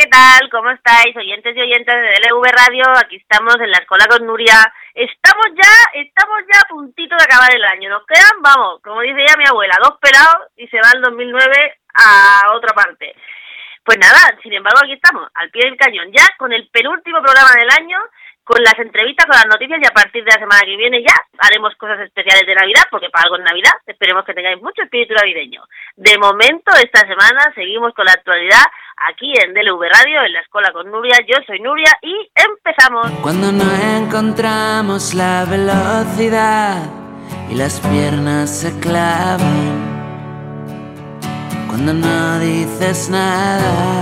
tal? ¿Cómo estáis? Oyentes y oyentes de DLV Radio, aquí estamos en la escuela con Nuria. Estamos ya a puntito de acabar el año. Nos quedan, vamos, como dice ya mi abuela, 2 pelados y se va el 2009 a otra parte. Pues nada, sin embargo, aquí estamos, al pie del cañón, ya con el penúltimo programa del año, con las entrevistas, con las noticias, y a partir de la semana que viene ya haremos cosas especiales de Navidad, porque para algo es Navidad, esperemos que tengáis mucho espíritu navideño. De momento, esta semana seguimos con la actualidad aquí en DLV Radio, en la escuela con Nuria. Yo soy Nuria y empezamos. Cuando no encontramos la velocidad y las piernas se clavan, cuando no dices nada,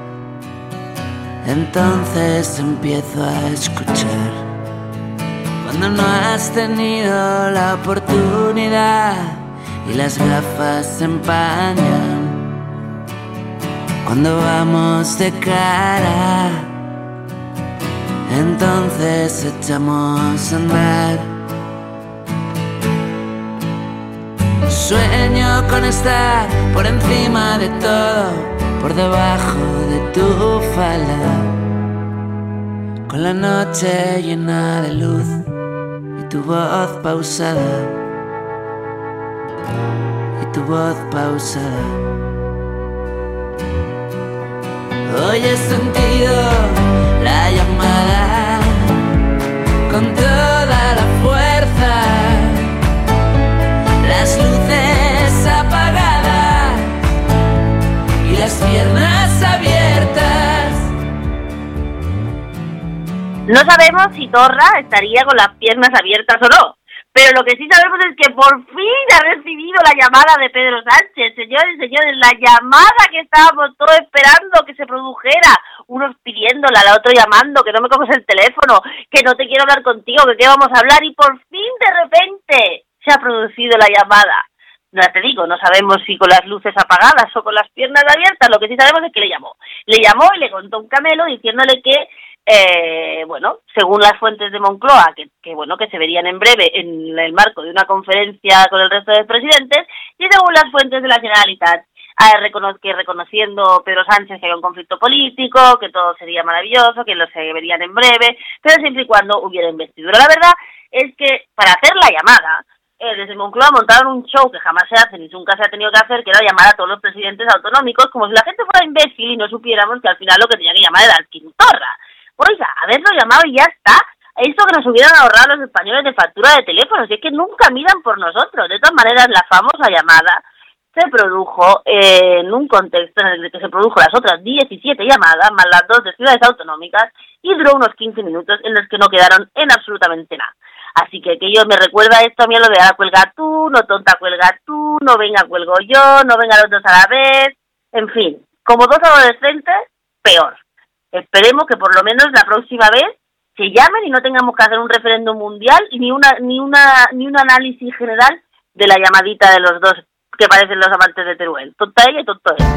entonces empiezo a escuchar. Cuando no has tenido la oportunidad y las gafas se empañan, cuando vamos de cara, entonces echamos a andar. Sueño con estar por encima de todo, por debajo de tu falda, con la noche llena de luz y tu voz pausada, y tu voz pausada. Hoy he sentido la llamada con toda la fuerza, las luces apagadas y las piernas abiertas. No sabemos si Torra estaría con las piernas abiertas o no, pero lo que sí sabemos es que por fin ha recibido la llamada de Pedro Sánchez. Señores y señores, la llamada que estábamos todos esperando que se produjera, unos pidiéndola, la otro llamando, que no me coges el teléfono, que no te quiero hablar contigo, que qué vamos a hablar, y por fin de repente se ha producido la llamada. Ya te digo, no sabemos si con las luces apagadas o con las piernas abiertas. Lo que sí sabemos es que le llamó y le contó un camelo diciéndole que bueno, según las fuentes de Moncloa, que se verían en breve en el marco de una conferencia con el resto de presidentes, y según las fuentes de la Generalitat, que reconociendo Pedro Sánchez que había un conflicto político, que todo sería maravilloso, que lo se verían en breve, pero siempre y cuando hubiera investidura. La verdad es que para hacer la llamada, desde Moncloa montaron un show que jamás se hace ni nunca se ha tenido que hacer, que era llamar a todos los presidentes autonómicos, como si la gente fuera imbécil y no supiéramos que al final lo que tenía que llamar era al Quintorra. Oiga, haberlo llamado y ya está. Eso que nos hubieran ahorrado los españoles de factura de teléfono, si es que nunca miran por nosotros. De todas maneras, la famosa llamada se produjo en un contexto en el que se produjo las otras 17 llamadas, más las 2 de ciudades autonómicas, y duró unos 15 minutos en los que no quedaron en absolutamente nada. Así que yo me recuerda esto a mí a lo de ahora cuelga tú, no tonta cuelga tú, no venga cuelgo yo, no venga los dos a la vez, en fin, como dos adolescentes, peor. Esperemos que por lo menos la próxima vez se llamen y no tengamos que hacer un referéndum mundial y ni un análisis general de la llamadita de los dos que parecen los amantes de Teruel. Tonta ella y tonto él.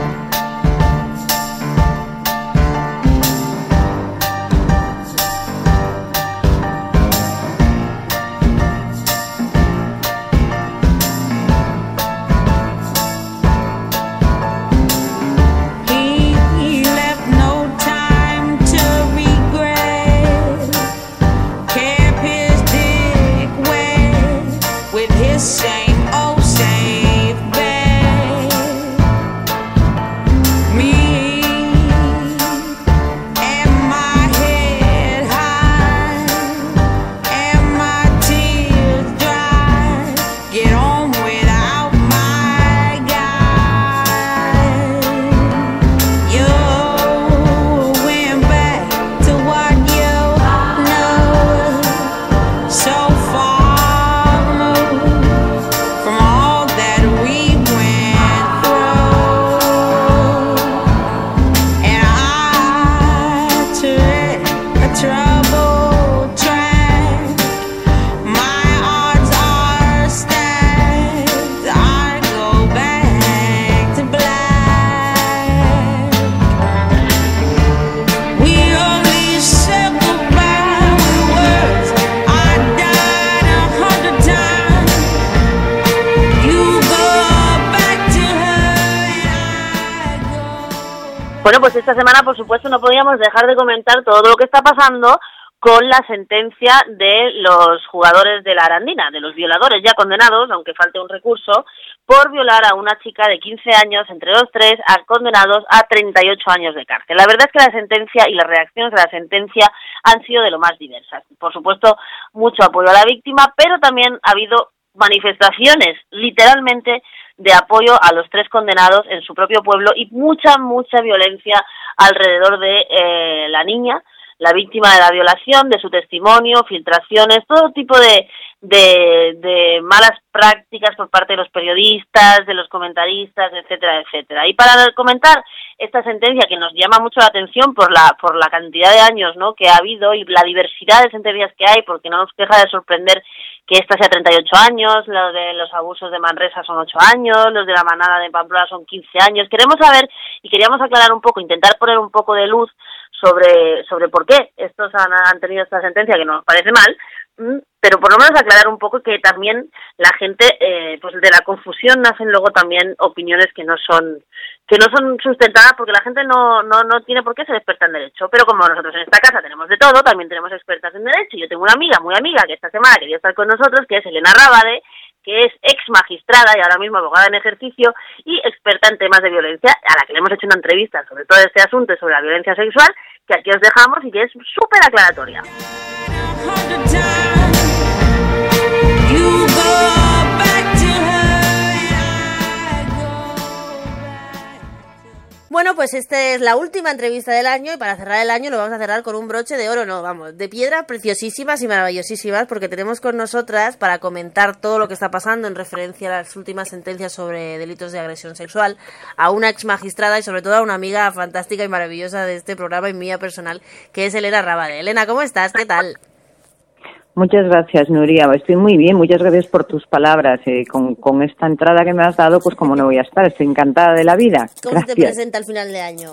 Same old same bed. Bueno, pues esta semana, por supuesto, no podíamos dejar de comentar todo lo que está pasando con la sentencia de los jugadores de la Arandina, de los violadores ya condenados, aunque falte un recurso, por violar a una chica de 15 años, entre los tres, condenados a 38 años de cárcel. La verdad es que la sentencia y las reacciones de la sentencia han sido de lo más diversas. Por supuesto, mucho apoyo a la víctima, pero también ha habido manifestaciones, literalmente, de apoyo a los tres condenados en su propio pueblo y mucha violencia alrededor de la niña, la víctima de la violación, de su testimonio, filtraciones, todo tipo de malas prácticas por parte de los periodistas, de los comentaristas, etcétera, etcétera. Y para comentar esta sentencia que nos llama mucho la atención por la cantidad de años, ¿no?, que ha habido y la diversidad de sentencias que hay, porque no nos deja de sorprender que esta sea 38 años, los de los abusos de Manresa son 8 años, los de la manada de Pamplona son 15 años. Queremos saber y queríamos aclarar un poco, intentar poner un poco de luz sobre por qué estos han tenido esta sentencia, que nos parece mal, pero por lo menos aclarar un poco que también la gente, pues de la confusión nacen luego también opiniones que no son sustentadas, porque la gente no tiene por qué ser experta en derecho. Pero como nosotros en esta casa tenemos de todo, también tenemos expertas en derecho. Yo tengo una amiga muy amiga que esta semana quería estar con nosotros, que es Elena Rábade, que es ex magistrada y ahora mismo abogada en ejercicio y experta en temas de violencia, a la que le hemos hecho una entrevista sobre todo este asunto y sobre la violencia sexual, que aquí os dejamos y que es súper aclaratoria. Bueno, pues esta es la última entrevista del año y para cerrar el año lo vamos a cerrar con un broche de oro, no, vamos, de piedra, preciosísimas y maravillosísimas, porque tenemos con nosotras para comentar todo lo que está pasando en referencia a las últimas sentencias sobre delitos de agresión sexual a una ex magistrada y sobre todo a una amiga fantástica y maravillosa de este programa y mía personal, que es Elena Rábade. Elena, ¿cómo estás? ¿Qué tal? Muchas gracias, Nuria. Estoy muy bien. Muchas gracias por tus palabras. Con esta entrada que me has dado, pues como no voy a estar. Estoy encantada de la vida. ¿Cómo se te presenta al final de año?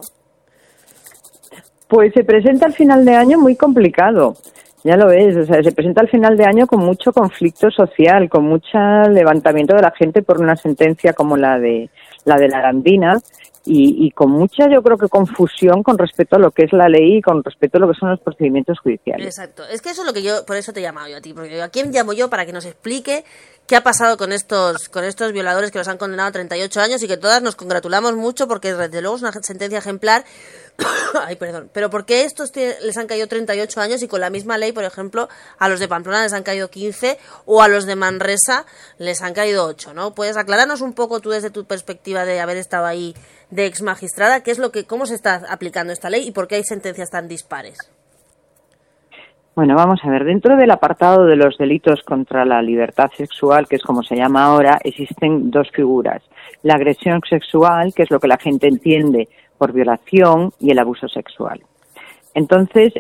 Pues se presenta al final de año muy complicado. Ya lo ves. O sea, se presenta al final de año con mucho conflicto social, con mucho levantamiento de la gente por una sentencia como la de la Arandina. Y con mucha, yo creo que confusión con respecto a lo que es la ley y con respecto a lo que son los procedimientos judiciales. Exacto. Es que eso es lo que yo, por eso te he llamado yo a ti, porque ¿a quién llamo yo para que nos explique qué ha pasado con estos violadores que los han condenado a 38 años y que todas nos congratulamos mucho porque desde luego es una sentencia ejemplar? Ay, perdón. Pero ¿por qué estos les han caído 38 años y con la misma ley, por ejemplo, a los de Pamplona les han caído 15 o a los de Manresa les han caído 8, ¿no? ¿Puedes aclararnos un poco tú desde tu perspectiva de haber estado ahí de ex magistrada, cómo se está aplicando esta ley y por qué hay sentencias tan dispares? Bueno, vamos a ver, dentro del apartado de los delitos contra la libertad sexual, que es como se llama ahora, existen dos figuras. La agresión sexual, que es lo que la gente entiende por violación, y el abuso sexual. Entonces,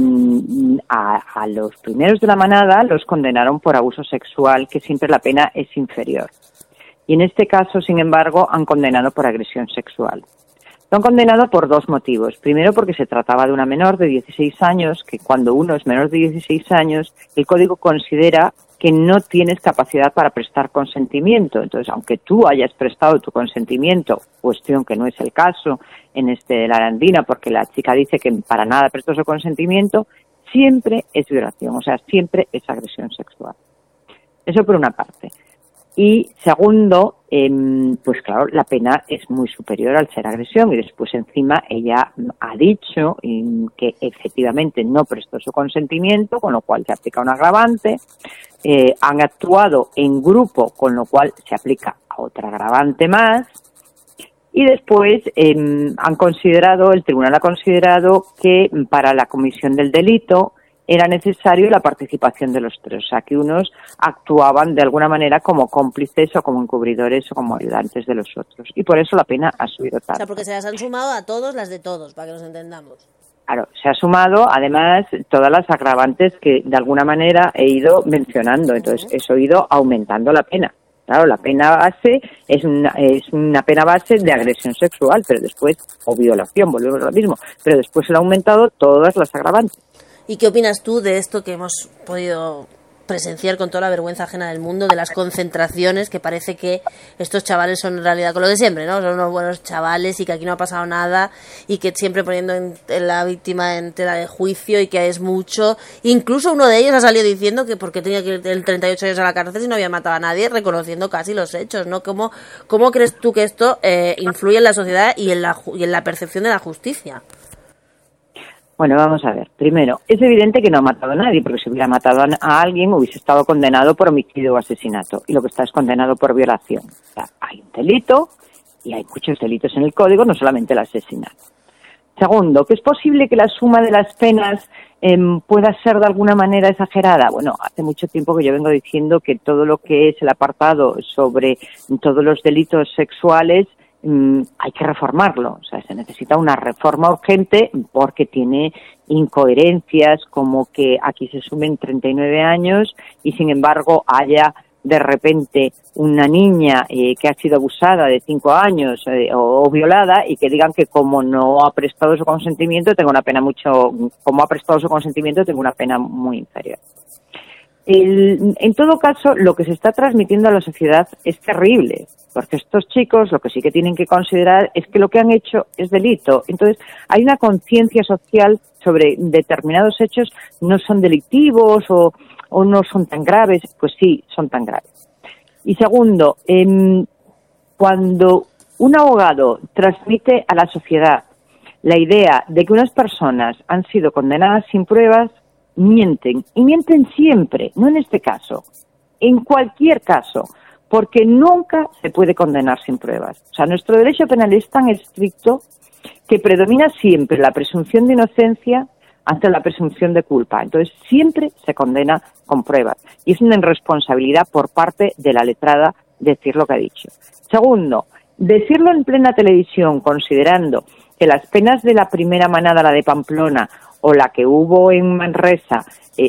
a los primeros de la manada los condenaron por abuso sexual, que siempre la pena es inferior. Y en este caso, sin embargo, han condenado por agresión sexual. Lo han condenado por dos motivos. Primero, porque se trataba de una menor de 16 años, que cuando uno es menor de 16 años, el Código considera que no tienes capacidad para prestar consentimiento. Entonces, aunque tú hayas prestado tu consentimiento, cuestión que no es el caso en la Arandina, porque la chica dice que para nada prestó su consentimiento, siempre es violación, o sea, siempre es agresión sexual. Eso por una parte. Y segundo, pues claro, la pena es muy superior al ser agresión y después encima ella ha dicho que efectivamente no prestó su consentimiento, con lo cual se aplica un agravante. Han actuado en grupo, con lo cual se aplica a otra agravante más. Y después el tribunal ha considerado que para la comisión del delito era necesario la participación de los tres, o sea, que unos actuaban de alguna manera como cómplices o como encubridores o como ayudantes de los otros. Y por eso la pena ha subido tanto. O sea, porque se las han sumado a todos las de todos, para que nos entendamos. Claro, se ha sumado además todas las agravantes que de alguna manera he ido mencionando, entonces eso ha ido aumentando la pena. Claro, la pena base es una pena base de agresión sexual, pero después, o violación, volvemos a lo mismo, pero después se han aumentado todas las agravantes. ¿Y qué opinas tú de esto que hemos podido presenciar con toda la vergüenza ajena del mundo de las concentraciones, que parece que estos chavales son en realidad con lo de siempre, ¿no? Son unos buenos chavales y que aquí no ha pasado nada y que siempre poniendo en la víctima en tela de juicio y que es mucho. Incluso uno de ellos ha salido diciendo que porque tenía que ir el 38 años a la cárcel si no había matado a nadie, reconociendo casi los hechos, ¿no? ¿Cómo crees tú que esto influye en la sociedad y en la percepción de la justicia? Bueno, vamos a ver. Primero, es evidente que no ha matado a nadie, porque si hubiera matado a alguien hubiese estado condenado por homicidio o asesinato. Y lo que está es condenado por violación. O sea, hay un delito y hay muchos delitos en el código, no solamente el asesinato. Segundo, que es posible que la suma de las penas pueda ser de alguna manera exagerada. Bueno, hace mucho tiempo que yo vengo diciendo que todo lo que es el apartado sobre todos los delitos sexuales hay que reformarlo, o sea, se necesita una reforma urgente porque tiene incoherencias como que aquí se sumen 39 años y sin embargo haya de repente una niña que ha sido abusada de 5 años o violada y que digan que como no ha prestado su consentimiento tengo una pena como ha prestado su consentimiento tengo una pena muy inferior. En todo caso, lo que se está transmitiendo a la sociedad es terrible, porque estos chicos lo que sí que tienen que considerar es que lo que han hecho es delito. Entonces, hay una conciencia social sobre determinados hechos, no son delictivos o no son tan graves, pues sí, son tan graves. Y segundo, cuando un abogado transmite a la sociedad la idea de que unas personas han sido condenadas sin pruebas, mienten, y mienten siempre, no en este caso, en cualquier caso, porque nunca se puede condenar sin pruebas. O sea, nuestro derecho penal es tan estricto que predomina siempre la presunción de inocencia ante la presunción de culpa. Entonces, siempre se condena con pruebas. Y es una irresponsabilidad por parte de la letrada decir lo que ha dicho. Segundo, decirlo en plena televisión, considerando que las penas de la primera manada, la de Pamplona, o la que hubo en Manresa,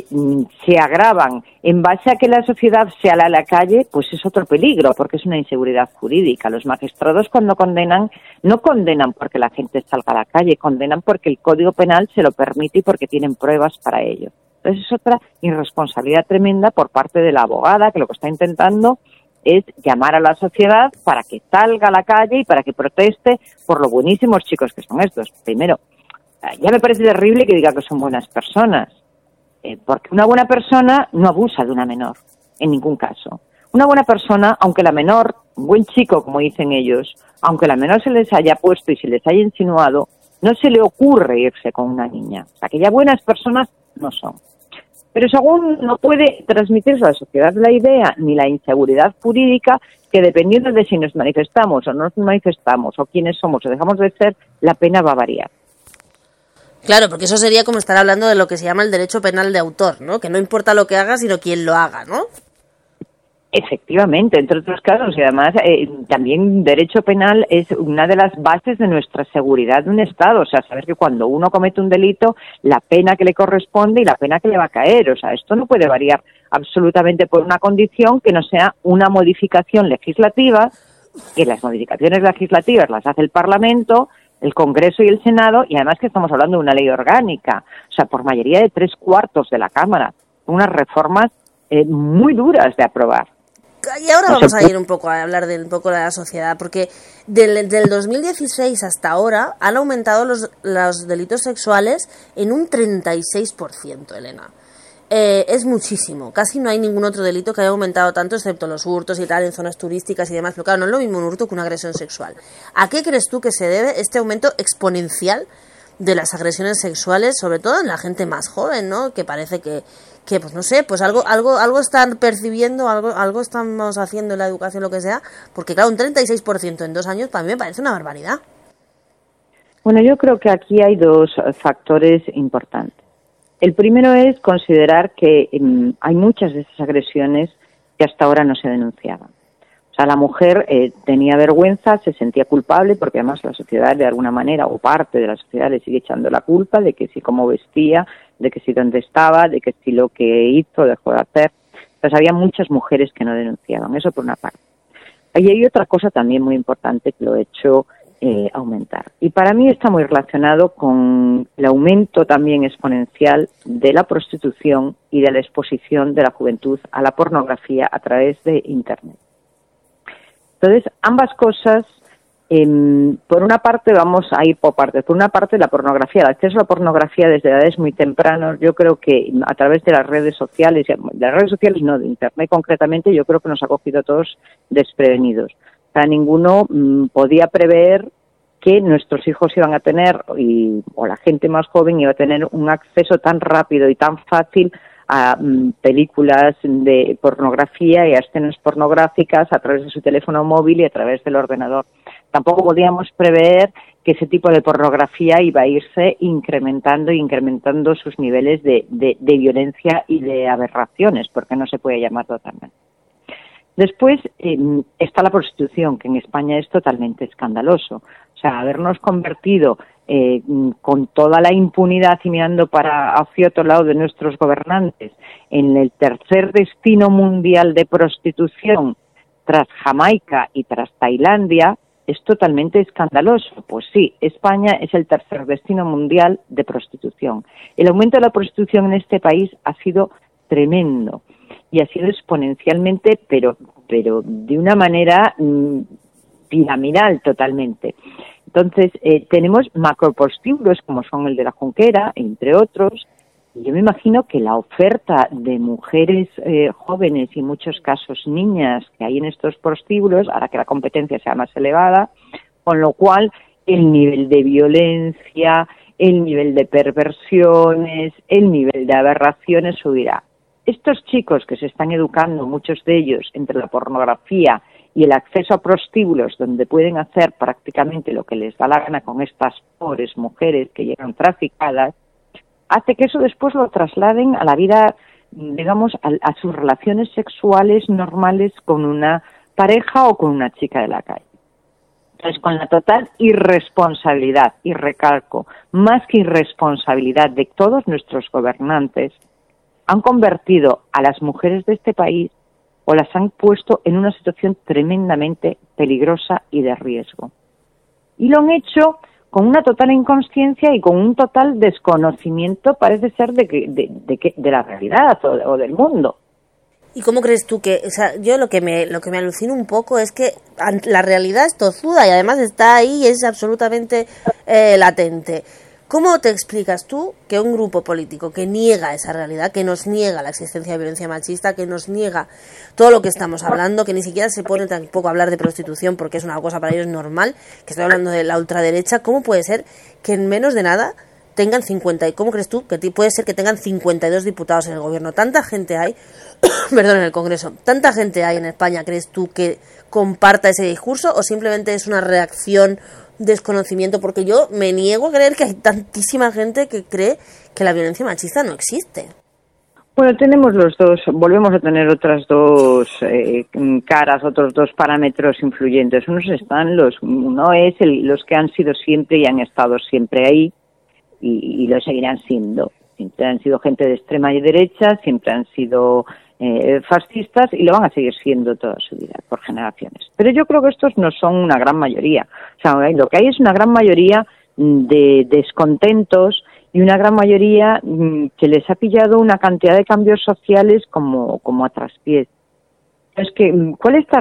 se agravan en base a que la sociedad se ala a la calle, pues es otro peligro, porque es una inseguridad jurídica. Los magistrados cuando condenan, no condenan porque la gente salga a la calle, condenan porque el Código Penal se lo permite y porque tienen pruebas para ello. Entonces es otra irresponsabilidad tremenda por parte de la abogada, que lo que está intentando es llamar a la sociedad para que salga a la calle y para que proteste por lo buenísimos chicos que son estos. Primero, ya me parece terrible que diga que son buenas personas, porque una buena persona no abusa de una menor, en ningún caso. Una buena persona, aunque la menor, un buen chico, como dicen ellos, aunque la menor se les haya puesto y se les haya insinuado, no se le ocurre irse con una niña. O sea, que ya buenas personas no son. Pero según no puede transmitirse a la sociedad la idea ni la inseguridad jurídica que dependiendo de si nos manifestamos o no nos manifestamos o quiénes somos o dejamos de ser, la pena va a variar. Claro, porque eso sería como estar hablando de lo que se llama el derecho penal de autor, ¿no? Que no importa lo que haga, sino quién lo haga, ¿no? Efectivamente, entre otros casos, y además también derecho penal es una de las bases de nuestra seguridad de un Estado, o sea, saber que cuando uno comete un delito, la pena que le corresponde y la pena que le va a caer, o sea, esto no puede variar absolutamente por una condición que no sea una modificación legislativa, que las modificaciones legislativas las hace el Parlamento, el Congreso y el Senado, y además que estamos hablando de una ley orgánica, o sea, por mayoría de 3/4 de la Cámara, unas reformas muy duras de aprobar. Y ahora vamos a ir un poco a hablar de un poco de la sociedad, porque del 2016 hasta ahora han aumentado los delitos sexuales en un 36%, Elena. Es muchísimo, casi no hay ningún otro delito que haya aumentado tanto, excepto los hurtos y tal en zonas turísticas y demás, pero claro, no es lo mismo un hurto que una agresión sexual. ¿A qué crees tú que se debe este aumento exponencial de las agresiones sexuales, sobre todo en la gente más joven, ¿no? Que parece que pues no sé, pues algo están percibiendo, algo estamos haciendo en la educación, lo que sea, porque claro, un 36% en 2 años para mí me parece una barbaridad. Bueno, yo creo que aquí hay dos factores importantes. El primero es considerar que hay muchas de esas agresiones que hasta ahora no se denunciaban. O sea, la mujer tenía vergüenza, se sentía culpable, porque además la sociedad de alguna manera, o parte de la sociedad, le sigue echando la culpa de que si cómo vestía, de que si dónde estaba, de que si lo que hizo, dejó de hacer. Entonces había muchas mujeres que no denunciaban, eso por una parte. Y hay otra cosa también muy importante que lo he hecho aumentar. Y para mí está muy relacionado con el aumento también exponencial de la prostitución y de la exposición de la juventud a la pornografía a través de Internet. Entonces, ambas cosas, por una parte, vamos a ir por partes. Por una parte, la pornografía, el acceso a la pornografía desde edades muy tempranas, yo creo que a través de las redes sociales, de Internet concretamente, yo creo que nos ha cogido a todos desprevenidos. O sea, ninguno podía prever que nuestros hijos iban a tener, o la gente más joven iba a tener un acceso tan rápido y tan fácil a películas de pornografía y a escenas pornográficas a través de su teléfono móvil y a través del ordenador. Tampoco podíamos prever que ese tipo de pornografía iba a irse incrementando sus niveles de violencia y de aberraciones, porque no se puede llamar totalmente. Después está la prostitución, que en España es totalmente escandaloso. O sea, habernos convertido con toda la impunidad y mirando hacia otro lado de nuestros gobernantes en el tercer destino mundial de prostitución tras Jamaica y tras Tailandia es totalmente escandaloso. Pues sí, España es el tercer destino mundial de prostitución. El aumento de la prostitución en este país ha sido tremendo y ha sido exponencialmente, pero de una manera piramidal totalmente. Entonces, tenemos macroprostíbulos como son el de la Junquera, entre otros, y yo me imagino que la oferta de mujeres jóvenes y en muchos casos niñas que hay en estos prostíbulos hará que la competencia sea más elevada, con lo cual el nivel de violencia, el nivel de perversiones, el nivel de aberraciones subirá. Estos chicos que se están educando, muchos de ellos, entre la pornografía y el acceso a prostíbulos donde pueden hacer prácticamente lo que les da la gana con estas pobres mujeres que llegan traficadas, hace que eso después lo trasladen a la vida, digamos, a sus relaciones sexuales normales con una pareja o con una chica de la calle. Entonces, con la total irresponsabilidad, y recalco, más que irresponsabilidad de todos nuestros gobernantes, han convertido a las mujeres de este país o las han puesto en una situación tremendamente peligrosa y de riesgo. Y lo han hecho con una total inconsciencia y con un total desconocimiento, parece ser, de la realidad o del mundo. ¿Y cómo crees tú que, o sea, yo lo que me alucina un poco es que la realidad es tozuda y además está ahí y es absolutamente latente? ¿Cómo te explicas tú que un grupo político que niega esa realidad, que nos niega la existencia de violencia machista, que nos niega todo lo que estamos hablando, que ni siquiera se pone tampoco a hablar de prostitución porque es una cosa para ellos normal, que estoy hablando de la ultraderecha, cómo puede ser que en menos de nada tengan 50, y cómo crees tú que puede ser que tengan 52 diputados en el gobierno? Tanta gente hay, perdón, en el Congreso, tanta gente hay en España, ¿crees tú que comparta ese discurso o simplemente es una reacción desconocimiento? Porque yo me niego a creer que hay tantísima gente que cree que la violencia machista no existe. Bueno, tenemos los dos, volvemos a tener otras dos caras, otros dos parámetros influyentes. Uno es los que han sido siempre y han estado siempre ahí y lo seguirán siendo. Siempre han sido gente de extrema y derecha, siempre han sido fascistas y lo van a seguir siendo toda su vida, por generaciones. Pero yo creo que estos no son una gran mayoría. O sea, lo que hay es una gran mayoría de descontentos y una gran mayoría que les ha pillado una cantidad de cambios sociales como a traspiés. Es que, ¿cuál es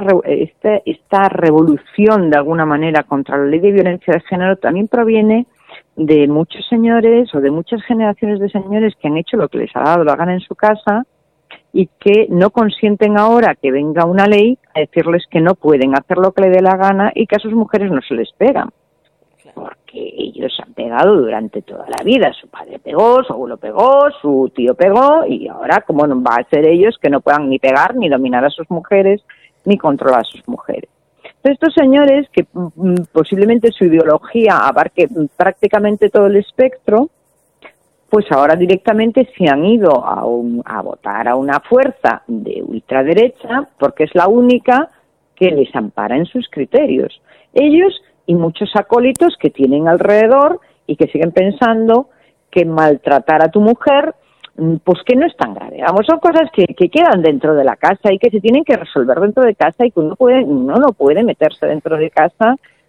esta revolución, de alguna manera, contra la ley de violencia de género? También proviene de muchos señores o de muchas generaciones de señores que han hecho lo que les ha dado la gana en su casa y que no consienten ahora que venga una ley a decirles que no pueden hacer lo que les dé la gana y que a sus mujeres no se les pegan. Porque ellos han pegado durante toda la vida. Su padre pegó, su abuelo pegó, su tío pegó y ahora, ¿cómo no va a ser ellos que no puedan ni pegar, ni dominar a sus mujeres, ni controlar a sus mujeres? Entonces, estos señores, que posiblemente su ideología abarque prácticamente todo el espectro, pues ahora directamente se han ido a votar a una fuerza de ultraderecha porque es la única que les ampara en sus criterios. Ellos y muchos acólitos que tienen alrededor y que siguen pensando que maltratar a tu mujer, pues que no es tan grave. Vamos, son cosas que quedan dentro de la casa y que se tienen que resolver dentro de casa y que uno no puede meterse dentro de casa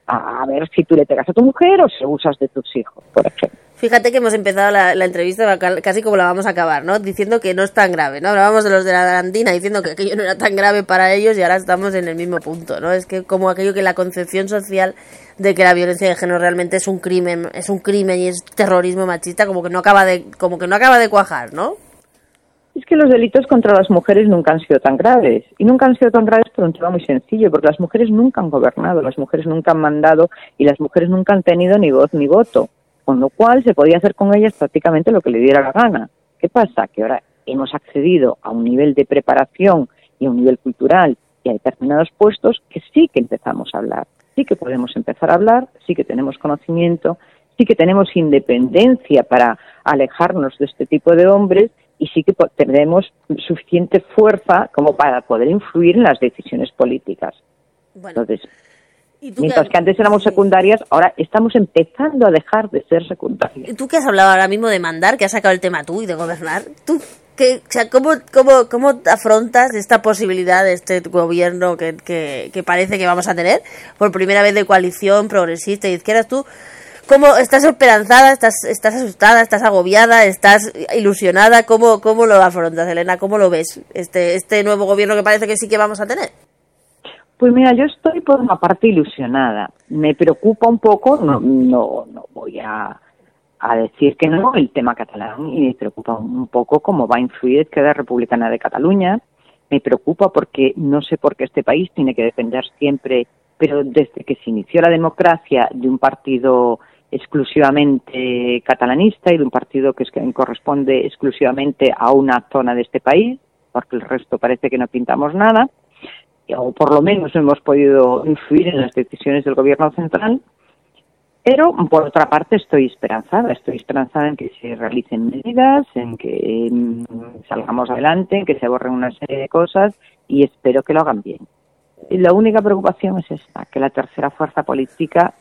a ver si tú le pegas a tu mujer o si abusas de tus hijos, por ejemplo. Fíjate que hemos empezado la entrevista casi como la vamos a acabar, ¿no? Diciendo que no es tan grave, ¿no? Hablábamos de los de la Arandina diciendo que aquello no era tan grave para ellos y ahora estamos en el mismo punto, ¿no? Es que como aquello que la concepción social de que la violencia de género realmente es un crimen y es terrorismo machista, como que no acaba de cuajar, ¿no? Es que los delitos contra las mujeres nunca han sido tan graves. Y nunca han sido tan graves por un tema muy sencillo, porque las mujeres nunca han gobernado, las mujeres nunca han mandado y las mujeres nunca han tenido ni voz ni voto. Con lo cual se podía hacer con ellas prácticamente lo que le diera la gana. ¿Qué pasa? Que ahora hemos accedido a un nivel de preparación y a un nivel cultural y a determinados puestos que sí que empezamos a hablar. Sí que podemos empezar a hablar, sí que tenemos conocimiento, sí que tenemos independencia para alejarnos de este tipo de hombres y sí que tenemos suficiente fuerza como para poder influir en las decisiones políticas. Bueno. Entonces, mientras que antes éramos secundarias, ahora estamos empezando a dejar de ser secundarias. Tú que has hablado ahora mismo de mandar, que has sacado el tema tú y de gobernar, ¿cómo afrontas esta posibilidad de este gobierno que parece que vamos a tener por primera vez de coalición progresista y izquierdas? ¿Tú cómo estás esperanzada, estás asustada, estás agobiada, estás ilusionada? ¿Cómo lo afrontas, Elena? ¿Cómo lo ves este nuevo gobierno que parece que sí que vamos a tener? Pues mira, yo estoy por una parte ilusionada. Me preocupa un poco, no voy a decir que no, el tema catalán, y me preocupa un poco cómo va a influir Izquierda Republicana de Cataluña. Me preocupa porque no sé por qué este país tiene que depender siempre, pero desde que se inició la democracia, de un partido exclusivamente catalanista y de un partido que corresponde exclusivamente a una zona de este país, porque el resto parece que no pintamos nada, o por lo menos no hemos podido influir en las decisiones del gobierno central. Pero, por otra parte, estoy esperanzada en que se realicen medidas, en que salgamos adelante, en que se borren una serie de cosas y espero que lo hagan bien. Y la única preocupación es esta, que la tercera fuerza política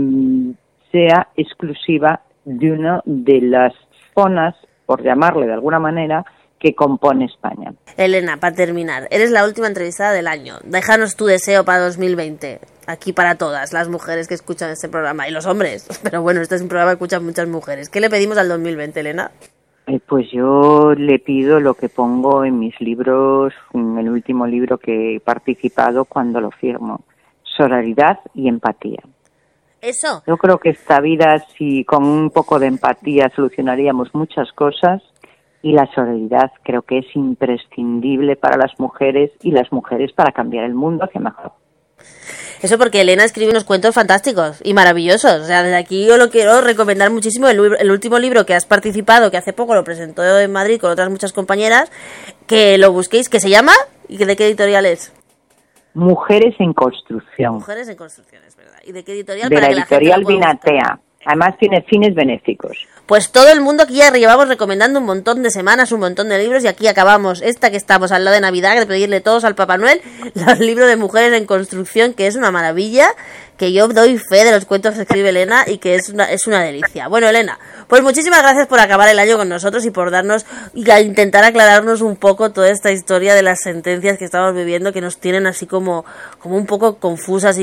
sea exclusiva de una de las zonas, por llamarle de alguna manera, que compone España. Elena, para terminar, eres la última entrevistada del año. Déjanos tu deseo para 2020, aquí para todas las mujeres que escuchan este programa y los hombres. Pero bueno, este es un programa que escuchan muchas mujeres. ¿Qué le pedimos al 2020, Elena? Pues yo le pido lo que pongo en mis libros, en el último libro que he participado cuando lo firmo: solidaridad y empatía. Eso. Yo creo que esta vida, si con un poco de empatía solucionaríamos muchas cosas, y la solidaridad creo que es imprescindible para las mujeres y las mujeres para cambiar el mundo hacia mejor. Eso porque Elena escribe unos cuentos fantásticos y maravillosos. O sea, desde aquí yo lo quiero recomendar muchísimo. El último libro que has participado, que hace poco lo presentó en Madrid con otras muchas compañeras, que lo busquéis, que se llama, ¿y de qué editorial es? Mujeres en Construcción. Mujeres en Construcción, es verdad. ¿Y de qué editorial? De la editorial Binatea. Además tiene fines benéficos. Pues todo el mundo aquí ya llevamos recomendando un montón de semanas, un montón de libros, y aquí acabamos esta que estamos al lado de Navidad, de pedirle todos al Papá Noel los libros de Mujeres en Construcción, que es una maravilla, que yo doy fe de los cuentos que escribe Elena y que es una delicia. Bueno, Elena, pues muchísimas gracias por acabar el año con nosotros y por darnos y a intentar aclararnos un poco toda esta historia de las sentencias que estamos viviendo, que nos tienen así como un poco confusas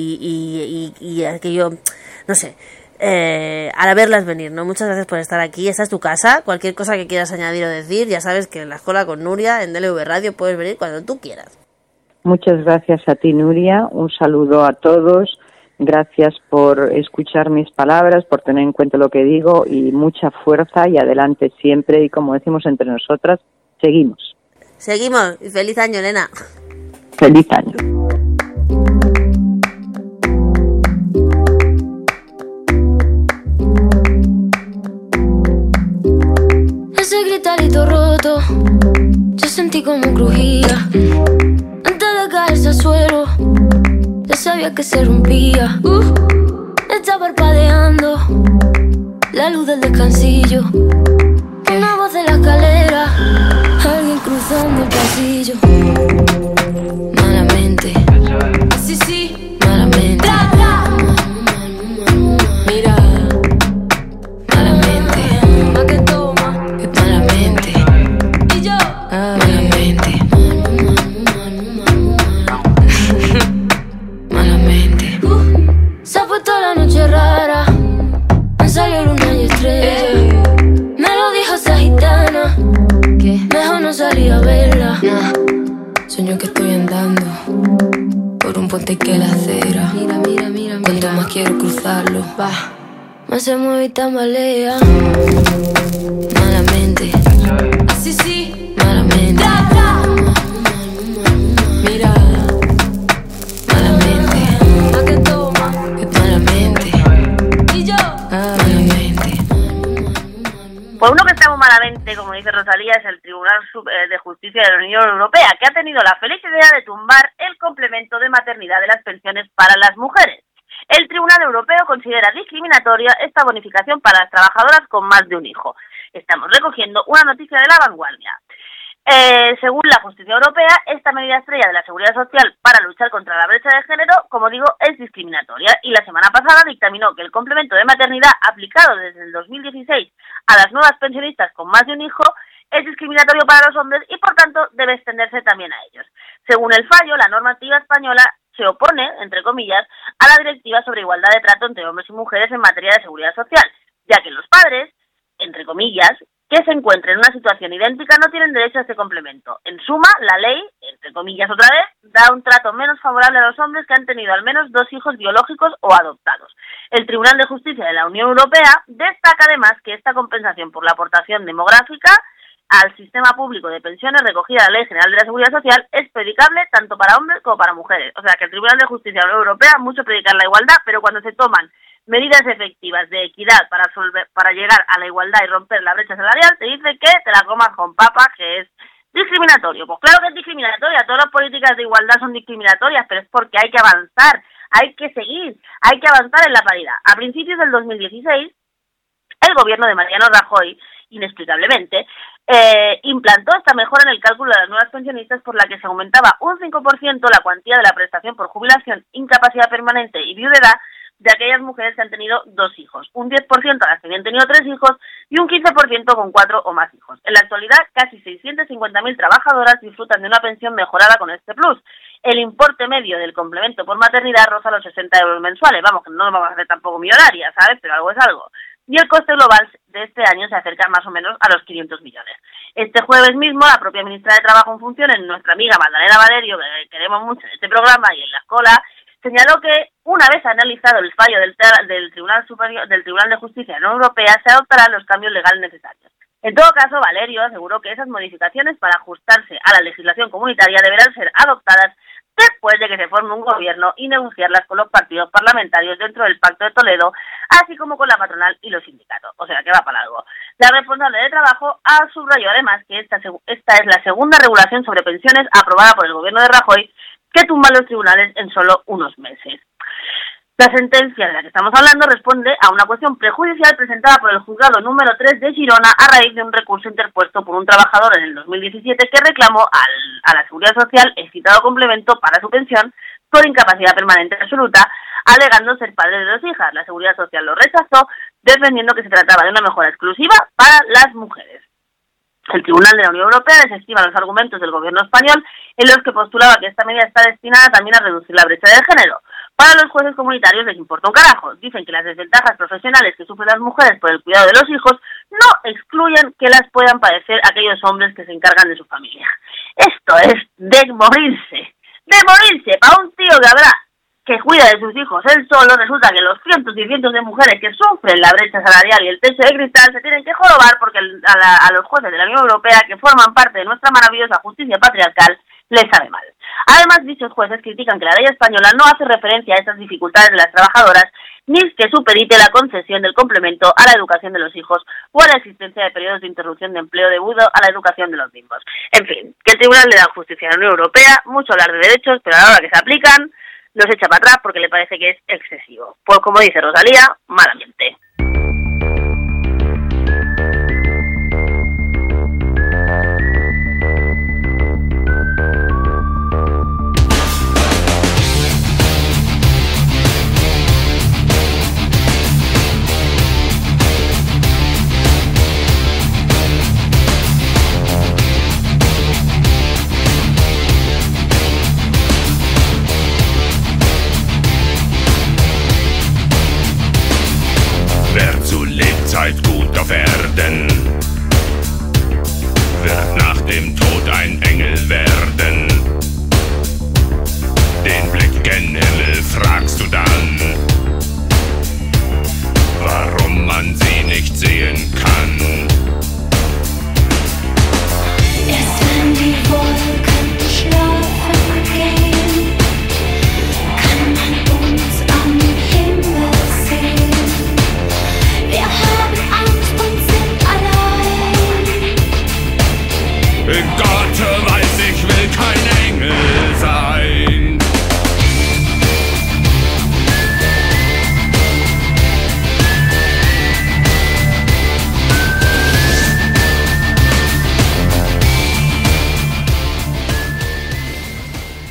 y aquello, no sé, al verlas venir, ¿no? Muchas gracias por estar aquí. Esta es tu casa. Cualquier cosa que quieras añadir o decir, ya sabes que en La Escuela con Nuria, en DLV Radio, puedes venir cuando tú quieras. Muchas gracias a ti, Nuria. Un saludo a todos. Gracias por escuchar mis palabras, por tener en cuenta lo que digo, y mucha fuerza y adelante siempre. Y como decimos entre nosotras, seguimos. Seguimos. Y feliz año, Elena. Feliz año. Ese gritarito roto, yo sentí como crujía. Antes de caerse al suelo, ya sabía que se rompía. Está parpadeando la luz del descansillo. Una voz de la escalera, alguien cruzando el pasillo. Malamente, sí, sí, malamente. Mira, malamente. Pa' que toma, que malamente. Y yo, malamente. Malamente. puente que la acera. Mira, mira, mira, mira. Cuanto más quiero cruzarlo, va. Más se mueve y tambalea. Malamente. Sí, sí. Malamente. Mira. Malamente. ¿A qué toma? Malamente. Y yo. Malamente. Pues uno que estamos malamente, como dice Rosalía, es el Tribunal de Justicia de la Unión Europea, que ha tenido la feliz idea de tumbar el complemento de maternidad de las pensiones para las mujeres. El Tribunal Europeo considera discriminatoria esta bonificación para las trabajadoras con más de un hijo. Estamos recogiendo una noticia de La Vanguardia. Según la justicia europea, esta medida estrella de la Seguridad Social para luchar contra la brecha de género, como digo, es discriminatoria, y la semana pasada dictaminó que el complemento de maternidad aplicado desde el 2016 a las nuevas pensionistas con más de un hijo es discriminatorio para los hombres y por tanto debe extenderse también a ellos. Según el fallo, la normativa española se opone, entre comillas, a la directiva sobre igualdad de trato entre hombres y mujeres en materia de seguridad social, ya que los padres, entre comillas, que se encuentren en una situación idéntica no tienen derecho a este complemento. En suma, la ley, entre comillas otra vez, da un trato menos favorable a los hombres que han tenido al menos 2 hijos biológicos o adoptados. El Tribunal de Justicia de la Unión Europea destaca además que esta compensación por la aportación demográfica al sistema público de pensiones recogida en la Ley General de la Seguridad Social es predicable tanto para hombres como para mujeres. O sea que el Tribunal de Justicia de la Unión Europea mucho predicar la igualdad, pero cuando se toman medidas efectivas de equidad para llegar a la igualdad y romper la brecha salarial, te dice que te la comas con papas, que es discriminatorio. Pues claro que es discriminatoria, todas las políticas de igualdad son discriminatorias, pero es porque hay que avanzar, hay que seguir, hay que avanzar en la paridad. A principios del 2016, el gobierno de Mariano Rajoy, inexplicablemente, implantó esta mejora en el cálculo de las nuevas pensionistas por la que se aumentaba un 5% la cuantía de la prestación por jubilación, incapacidad permanente y viudedad de aquellas mujeres que han tenido 2 hijos, un 10% a las que habían tenido 3 hijos y un 15% con 4 o más hijos. En la actualidad, casi 650.000 trabajadoras disfrutan de una pensión mejorada con este plus. El importe medio del complemento por maternidad roza los 60 euros mensuales. Vamos, que no nos vamos a hacer tampoco millonarias, ¿sabes? Pero algo es algo. Y el coste global de este año se acerca más o menos a los 500 millones. Este jueves mismo, la propia ministra de Trabajo en funciones, nuestra amiga Magdalena Valerio, que queremos mucho en este programa y en la escuela, señaló que una vez analizado el fallo del Tribunal de Justicia de la Unión Europea, se adoptarán los cambios legales necesarios. En todo caso, Valerio aseguró que esas modificaciones para ajustarse a la legislación comunitaria deberán ser adoptadas después de que se forme un gobierno y negociarlas con los partidos parlamentarios dentro del Pacto de Toledo, así como con la patronal y los sindicatos. O sea, que va para algo. La responsable de Trabajo subrayó además que esta es la segunda regulación sobre pensiones aprobada por el gobierno de Rajoy que tumban los tribunales en solo unos meses. La sentencia de la que estamos hablando responde a una cuestión prejudicial presentada por el juzgado número 3 de Girona a raíz de un recurso interpuesto por un trabajador en el 2017 que reclamó a la Seguridad Social el citado complemento para su pensión por incapacidad permanente absoluta, alegando ser padre de 2 hijas. La Seguridad Social lo rechazó, defendiendo que se trataba de una mejora exclusiva para las mujeres. El Tribunal de la Unión Europea desestima los argumentos del gobierno español en los que postulaba que esta medida está destinada también a reducir la brecha de género. Para los jueces comunitarios les importa un carajo. Dicen que las desventajas profesionales que sufren las mujeres por el cuidado de los hijos no excluyen que las puedan padecer aquellos hombres que se encargan de su familia. Esto es de morirse para un tío que habrá que cuida de sus hijos él solo. Resulta que los cientos y cientos de mujeres que sufren la brecha salarial y el techo de cristal se tienen que jorobar porque a los jueces de la Unión Europea, que forman parte de nuestra maravillosa justicia patriarcal, les sabe mal. Además, dichos jueces critican que la ley española no hace referencia a estas dificultades de las trabajadoras, ni que supedite la concesión del complemento a la educación de los hijos o a la existencia de periodos de interrupción de empleo debido a la educación de los mismos. En fin, que el Tribunal de la Justicia de la Unión Europea, mucho hablar de derechos, pero a la hora que se aplican, los echa para atrás porque le parece que es excesivo. Pues como dice Rosalía, malamente.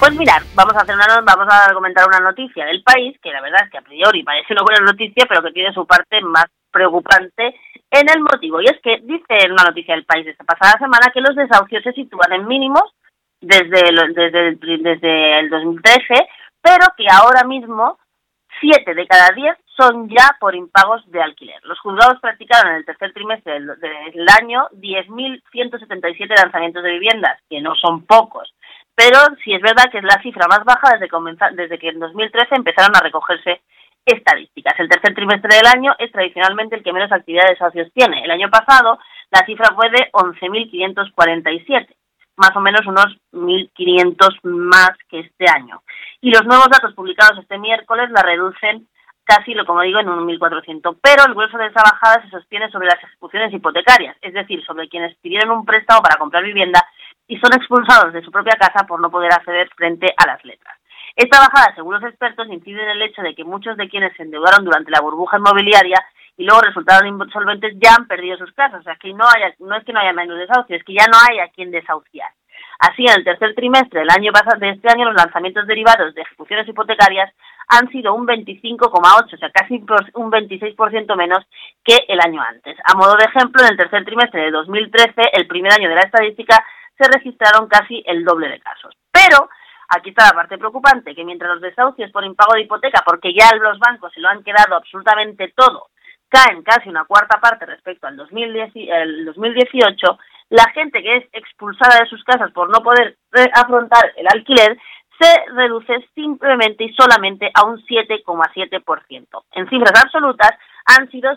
Pues mirad, vamos a comentar una noticia del país, que la verdad es que a priori parece una buena noticia, pero que tiene su parte más preocupante en el motivo. Y es que dice en una noticia del país de esta pasada semana que los desahucios se sitúan en mínimos desde el 2013, pero que ahora mismo 7 de cada 10 son ya por impagos de alquiler. Los juzgados practicaron en el tercer trimestre del año 10.177 lanzamientos de viviendas, que no son pocos, pero sí es verdad que es la cifra más baja desde que en 2013 empezaron a recogerse estadísticas. El tercer trimestre del año es tradicionalmente el que menos actividad de desahucios tiene. El año pasado la cifra fue de 11.547, más o menos unos 1.500 más que este año. Y los nuevos datos publicados este miércoles la reducen casi, como digo, en un 1.400. Pero el grueso de esa bajada se sostiene sobre las ejecuciones hipotecarias, es decir, sobre quienes pidieron un préstamo para comprar vivienda y son expulsados de su propia casa por no poder acceder frente a las letras. Esta bajada, según los expertos, incide en el hecho de que muchos de quienes se endeudaron durante la burbuja inmobiliaria y luego resultaron insolventes ya han perdido sus casas. O sea, que no es que no haya menos desahucios, es que ya no hay a quien desahuciar. Así, en el tercer trimestre del año pasado, de este año, los lanzamientos derivados de ejecuciones hipotecarias han sido un 25,8, o sea, casi un 26% menos que el año antes. A modo de ejemplo, en el tercer trimestre de 2013, el primer año de la estadística, se registraron casi el doble de casos. Pero aquí está la parte preocupante, que mientras los desahucios por impago de hipoteca, porque ya los bancos se lo han quedado absolutamente todo, caen casi una cuarta parte respecto al 2018, la gente que es expulsada de sus casas por no poder afrontar el alquiler se reduce simplemente y solamente a un 7,7%. En cifras absolutas han sido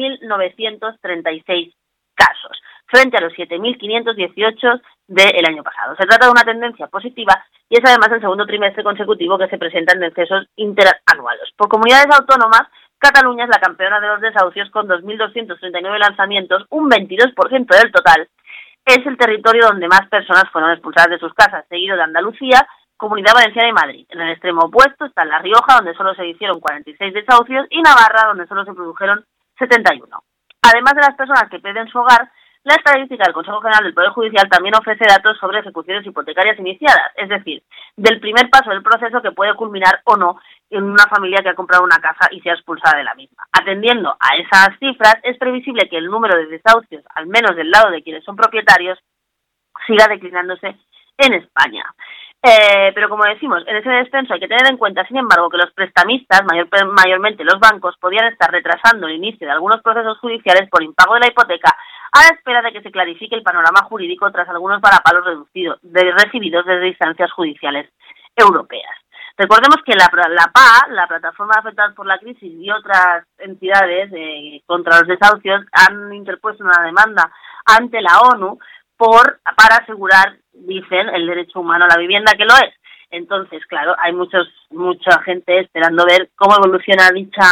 6.936 casos, frente a los 7.518 del año pasado. Se trata de una tendencia positiva y es además el segundo trimestre consecutivo que se presentan descensos interanuales. Por comunidades autónomas, Cataluña es la campeona de los desahucios con 2.239 lanzamientos, un 22% del total. Es el territorio donde más personas fueron expulsadas de sus casas, seguido de Andalucía, Comunidad Valenciana y Madrid. En el extremo opuesto está La Rioja, donde solo se hicieron 46 desahucios, y Navarra, donde solo se produjeron 71. Además de las personas que pierden su hogar, la estadística del Consejo General del Poder Judicial también ofrece datos sobre ejecuciones hipotecarias iniciadas, es decir, del primer paso del proceso que puede culminar o no en una familia que ha comprado una casa y sea expulsada de la misma. Atendiendo a esas cifras, es previsible que el número de desahucios, al menos del lado de quienes son propietarios, siga declinándose en España. Pero como decimos, en ese descenso hay que tener en cuenta, sin embargo, que los prestamistas, mayormente los bancos, podían estar retrasando el inicio de algunos procesos judiciales por impago de la hipoteca a la espera de que se clarifique el panorama jurídico tras algunos varapalos recibidos desde instancias judiciales europeas. Recordemos que la PA, la Plataforma de Afectados por la Crisis, y otras entidades contra los desahucios han interpuesto una demanda ante la ONU para asegurar, dicen, el derecho humano a la vivienda, que lo es. Entonces, claro, hay mucha gente esperando ver cómo evoluciona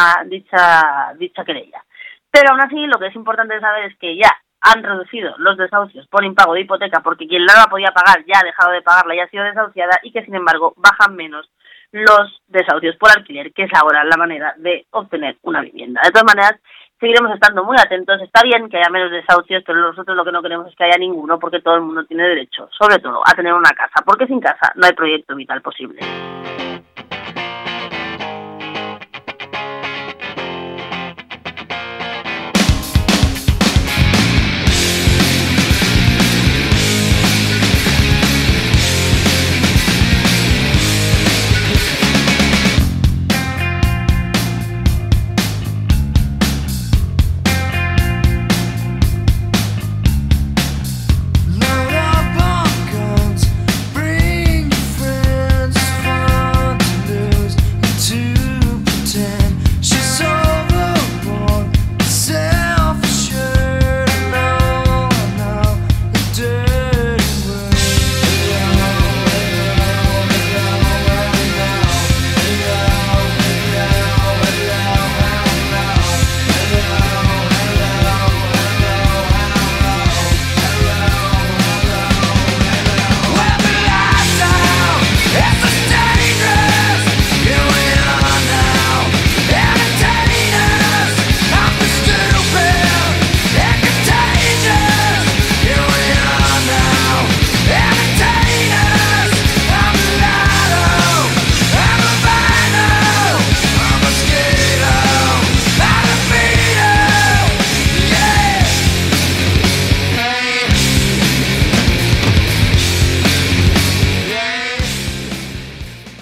dicha querella. Pero aún así, lo que es importante saber es que ya han reducido los desahucios por impago de hipoteca porque quien no la podía pagar ya ha dejado de pagarla y ha sido desahuciada, y que, sin embargo, bajan menos los desahucios por alquiler, que es ahora la manera de obtener una vivienda. De todas maneras, seguiremos estando muy atentos. Está bien que haya menos desahucios, pero nosotros lo que no queremos es que haya ninguno, porque todo el mundo tiene derecho, sobre todo, a tener una casa, porque sin casa no hay proyecto vital posible. Load up on guns, bring your friends, fun.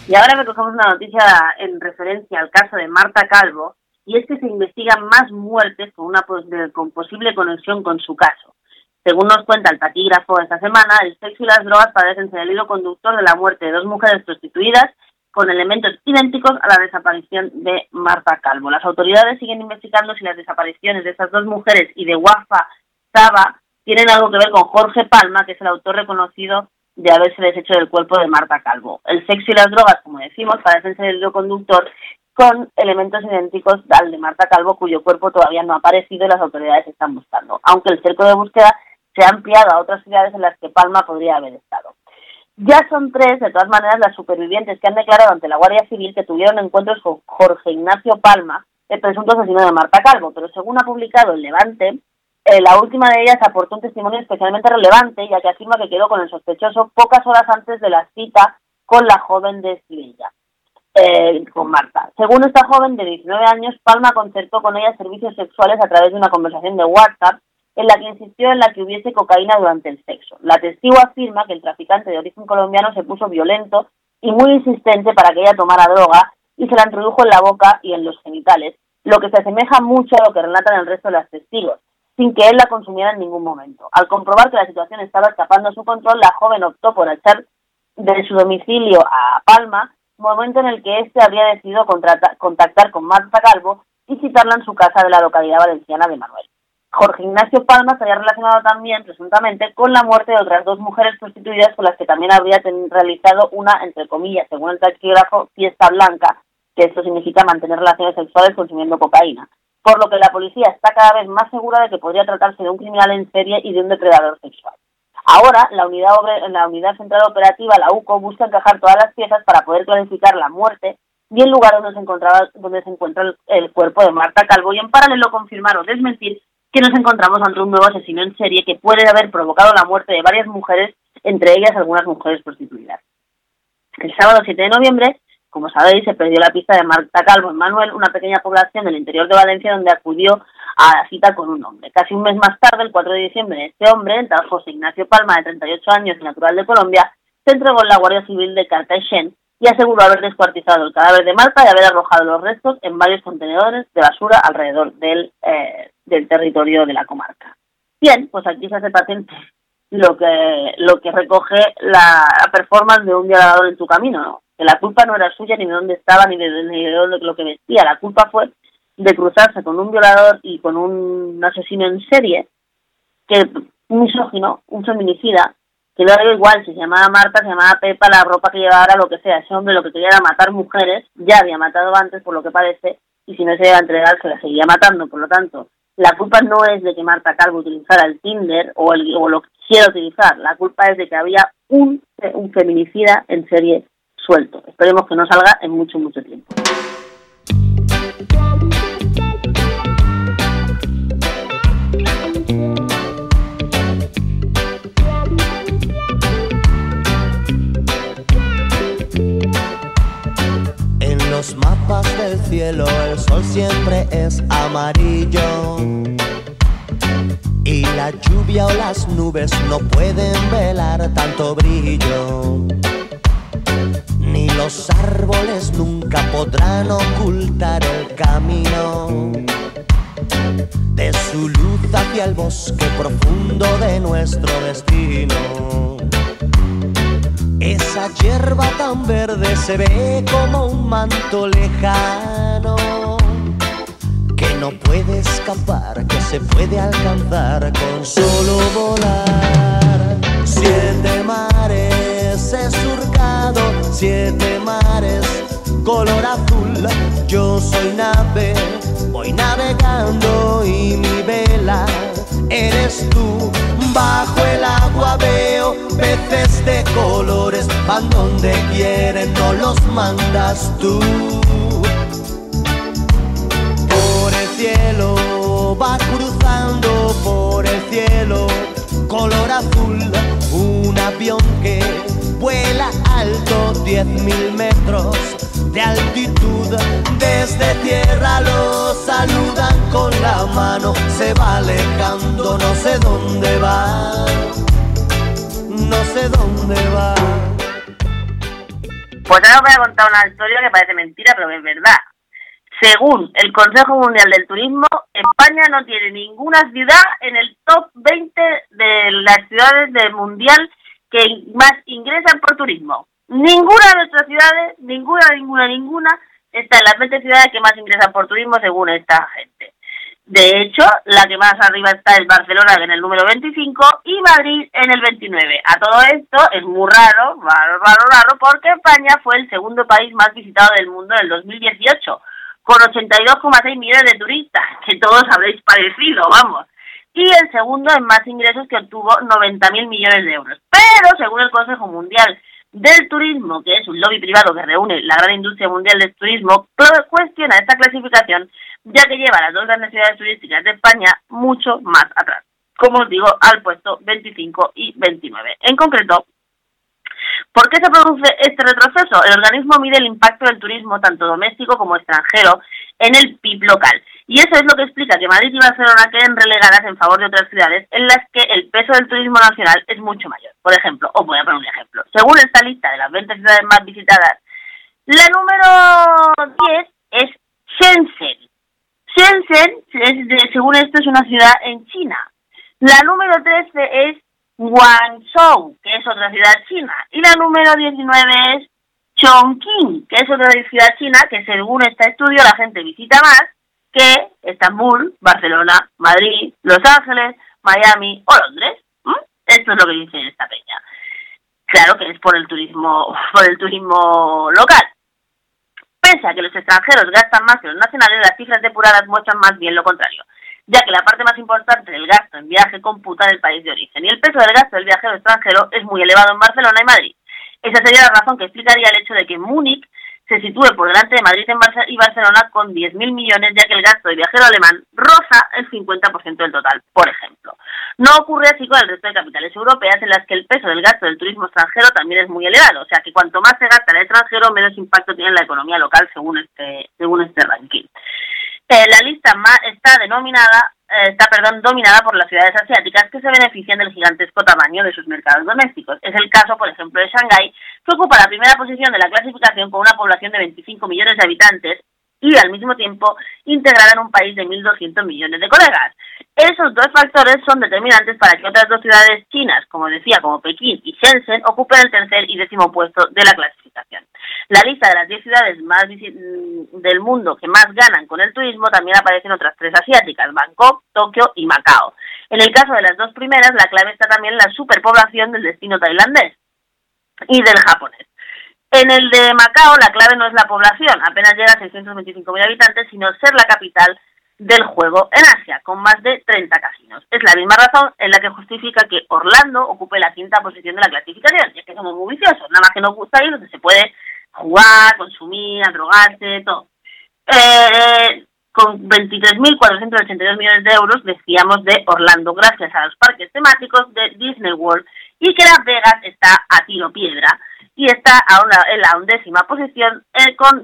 Y ahora recogemos una noticia en referencia al caso de Marta Calvo, y es que se investigan más muertes con posible conexión con su caso. Según nos cuenta el taquígrafo esta semana, el sexo y las drogas parecen ser el hilo conductor de la muerte de 2 mujeres prostituidas con elementos idénticos a la desaparición de Marta Calvo. Las autoridades siguen investigando si las desapariciones de estas 2 mujeres y de Wafa Saba tienen algo que ver con Jorge Palma, que es el autor reconocido de haberse deshecho del cuerpo de Marta Calvo. El sexo y las drogas, como decimos, parecen ser el hilo conductor con elementos idénticos al de Marta Calvo, cuyo cuerpo todavía no ha aparecido y las autoridades están buscando, aunque el cerco de búsqueda se ha ampliado a otras ciudades en las que Palma podría haber estado. Ya son 3, de todas maneras, las supervivientes que han declarado ante la Guardia Civil que tuvieron encuentros con Jorge Ignacio Palma, el presunto asesino de Marta Calvo, pero según ha publicado El Levante, la última de ellas aportó un testimonio especialmente relevante, ya que afirma que quedó con el sospechoso pocas horas antes de la cita con la joven de Sevilla, con Marta. Según esta joven de 19 años, Palma concertó con ella servicios sexuales a través de una conversación de WhatsApp en la que insistió en la que hubiese cocaína durante el sexo. La testigo afirma que el traficante de origen colombiano se puso violento y muy insistente para que ella tomara droga y se la introdujo en la boca y en los genitales, lo que se asemeja mucho a lo que relatan el resto de las testigos, sin que él la consumiera en ningún momento. Al comprobar que la situación estaba escapando a su control, la joven optó por echar de su domicilio a Palma, momento en el que éste habría decidido contactar con Marta Calvo y citarla en su casa de la localidad valenciana de Manuel. Jorge Ignacio Palma estaría relacionado también, presuntamente, con la muerte de otras 2 mujeres prostituidas con las que también habría realizado una, entre comillas, según el taquígrafo, fiesta blanca, que esto significa mantener relaciones sexuales consumiendo cocaína, por lo que la policía está cada vez más segura de que podría tratarse de un criminal en serie y de un depredador sexual. Ahora, la unidad central operativa, la UCO, busca encajar todas las piezas para poder clarificar la muerte y el lugar donde se encuentra el cuerpo de Marta Calvo, y en paralelo confirmar o desmentir que nos encontramos ante un nuevo asesino en serie que puede haber provocado la muerte de varias mujeres, entre ellas algunas mujeres prostituidas. El sábado 7 de noviembre, como sabéis, se perdió la pista de Marta Calvo en Manuel, una pequeña población del interior de Valencia donde acudió a la cita con un hombre. Casi un mes más tarde, el 4 de diciembre, este hombre, el tal José Ignacio Palma, de 38 años y natural de Colombia, se entregó en la Guardia Civil de Cartagena y aseguró haber descuartizado el cadáver de Marta y haber arrojado los restos en varios contenedores de basura alrededor del territorio de la comarca. Bien, pues aquí se hace patente lo que recoge la performance de un violador en su camino, ¿no? Que la culpa no era suya, ni de dónde estaba, ni de lo que vestía. La culpa fue de cruzarse con un violador y con un asesino en serie, un misógino, un feminicida, que le da igual si se llamaba Marta, se llamaba Pepa, la ropa que llevara, lo que sea. Ese hombre lo que quería era matar mujeres, ya había matado antes, por lo que parece, y si no se iba a entregar, se la seguía matando. Por lo tanto, la culpa no es de que Marta Calvo utilizara el Tinder o lo que quisiera utilizar. La culpa es de que había un feminicida en serie suelto. Esperemos que no salga en mucho, mucho tiempo. En los mapas del cielo el sol siempre es amarillo y la lluvia o las nubes no pueden velar tanto brillo. Ni los árboles nunca podrán ocultar el camino de su luz hacia el bosque profundo de nuestro destino. Esa hierba tan verde se ve como un manto lejano que no puede escapar, que se puede alcanzar con solo volar. 7 mares he surcado, 7 mares color azul. Yo soy nave, voy navegando y mi vela eres tú. Bajo el agua veo peces de colores, van donde quieren, no los mandas tú. Por el cielo va cruzando, por el cielo color azul, un avión que vuela alto, 10.000 metros de altitud. Desde tierra lo saludan con la mano, se va alejando, no sé dónde va, no sé dónde va. Pues ahora os voy a contar una historia que parece mentira, pero que es verdad. Según el Consejo Mundial del Turismo, España no tiene ninguna ciudad en el top 20 de las ciudades del mundial que más ingresan por turismo. Ninguna de nuestras ciudades, ninguna, está en las 20 ciudades que más ingresan por turismo según esta gente. De hecho, la que más arriba está es Barcelona, en el número 25, y Madrid en el 29. A todo esto es muy raro, porque España fue el segundo país más visitado del mundo en el 2018, con 82,6 millones de turistas, que todos habréis padecido, vamos. Y el segundo en más ingresos, que obtuvo 90.000 millones de euros. Pero, según el Consejo Mundial del Turismo, que es un lobby privado que reúne la gran industria mundial del turismo, cuestiona esta clasificación, ya que lleva a las dos grandes ciudades turísticas de España mucho más atrás. Como os digo, al puesto 25 y 29. En concreto, ¿por qué se produce este retroceso? El organismo mide el impacto del turismo, tanto doméstico como extranjero, en el PIB local. Y eso es lo que explica que Madrid y Barcelona queden relegadas en favor de otras ciudades en las que el peso del turismo nacional es mucho mayor. Por ejemplo, os voy a poner un ejemplo. Según esta lista de las 20 ciudades más visitadas, la número 10 es Shenzhen. Según esto, es una ciudad en China. La número 13 es Guangzhou, que es otra ciudad china. Y la número 19 es Chongqing, que es otra ciudad china que, según este estudio, la gente visita más que Estambul, Barcelona, Madrid, Los Ángeles, Miami o Londres. Esto es lo que dice esta peña. Claro que es por el turismo local. Pese a que los extranjeros gastan más que los nacionales, las cifras depuradas muestran más bien lo contrario, ya que la parte más importante del gasto en viaje computa en el país de origen, y el peso del gasto del viajero extranjero es muy elevado en Barcelona y Madrid. Esa sería la razón que explicaría el hecho de que Múnich se sitúe por delante de Madrid y Barcelona con 10.000 millones, ya que el gasto de viajero alemán roza el 50% del total, por ejemplo. No ocurre así con el resto de capitales europeas, en las que el peso del gasto del turismo extranjero también es muy elevado, o sea que cuanto más se gasta el extranjero, menos impacto tiene en la economía local, según este ranking. La lista está dominada por las ciudades asiáticas, que se benefician del gigantesco tamaño de sus mercados domésticos. Es el caso, por ejemplo, de Shanghái, que ocupa la primera posición de la clasificación con una población de 25 millones de habitantes y, al mismo tiempo, integrada en un país de 1.200 millones de colegas. Esos dos factores son determinantes para que otras dos ciudades chinas, como decía, como Pekín y Shenzhen, ocupen el tercer y 10º puesto de la clasificación. La lista de las 10 ciudades más del mundo que más ganan con el turismo también aparecen otras 3 asiáticas, Bangkok, Tokio y Macao. En el caso de las dos primeras, la clave está también en la superpoblación del destino tailandés y del japonés. En el de Macao, la clave no es la población, apenas llega a 625.000 habitantes, sino ser la capital del juego en Asia, con más de 30 casinos. Es la misma razón en la que justifica que Orlando ocupe la 5ª posición de la clasificación, ya que somos muy viciosos, nada más que nos gusta ir donde se puede jugar, consumir, drogarse, todo. Con 23.482 millones de euros, decíamos, de Orlando, gracias a los parques temáticos de Disney World, y que Las Vegas está a tiro piedra, y está en la 11ª posición con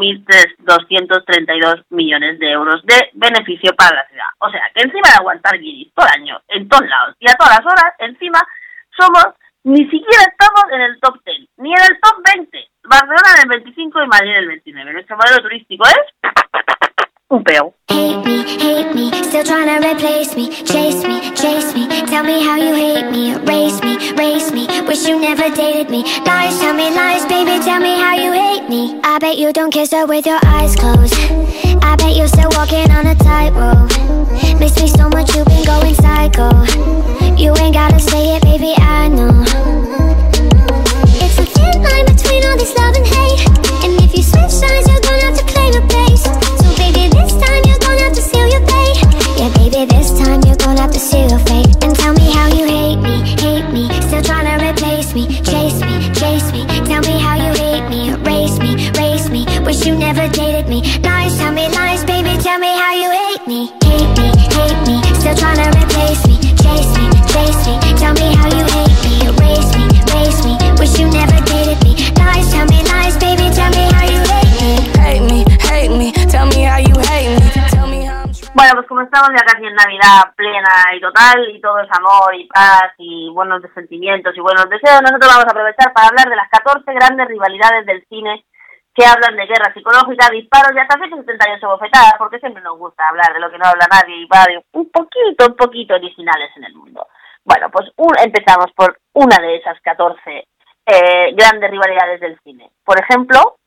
17.232 millones de euros de beneficio para la ciudad. O sea, que encima de aguantar guiris todo el año, en todos lados, y a todas las horas, encima, ni siquiera estamos en el top 10, ni en el top 20. Barcelona en el 25 y Madrid en el 29. Nuestro modelo turístico es un peo. Hate me, still trying to replace me. Chase me, tell me how you hate me. Erase me, wish you never dated me. Lies, tell me lies, baby, tell me how you hate me. I bet you don't kiss her with your eyes closed. I bet you're still walking on a tightrope. Miss me so much, you've been going psycho. You ain't gotta say it, baby, I know. It's a thin line between all this love and hate. And if you switch sides, you're gonna have to claim your place. So baby, this time you're gonna have to seal your fate. Yeah, baby, this time you're gonna have to seal your fate. And tell me how you hate me, still trying to replace me. Chase me, tell me how you hate me. Erase me, wish you never dated me. Lies, tell me lies, baby, tell me how you hate me. Hate me, still trying to replace me. Chase me, tell me how you hate me. Erase me, wish you never dated me. Lies, tell me lies, baby, tell me how you hate me. Hate me, tell me how you hate me. Tell me how I'm Bueno, pues como estamos ya casi en Navidad plena y total, y todo es amor y paz y buenos sentimientos y buenos deseos, nosotros vamos a aprovechar para hablar de las 14 grandes rivalidades del cine que hablan de guerra psicológica, disparos y hasta 178 bofetadas, porque siempre nos gusta hablar de lo que no habla nadie y va de un poquito originales en el mundo. Bueno, pues empezamos por una de esas 14 grandes rivalidades del cine. Por ejemplo,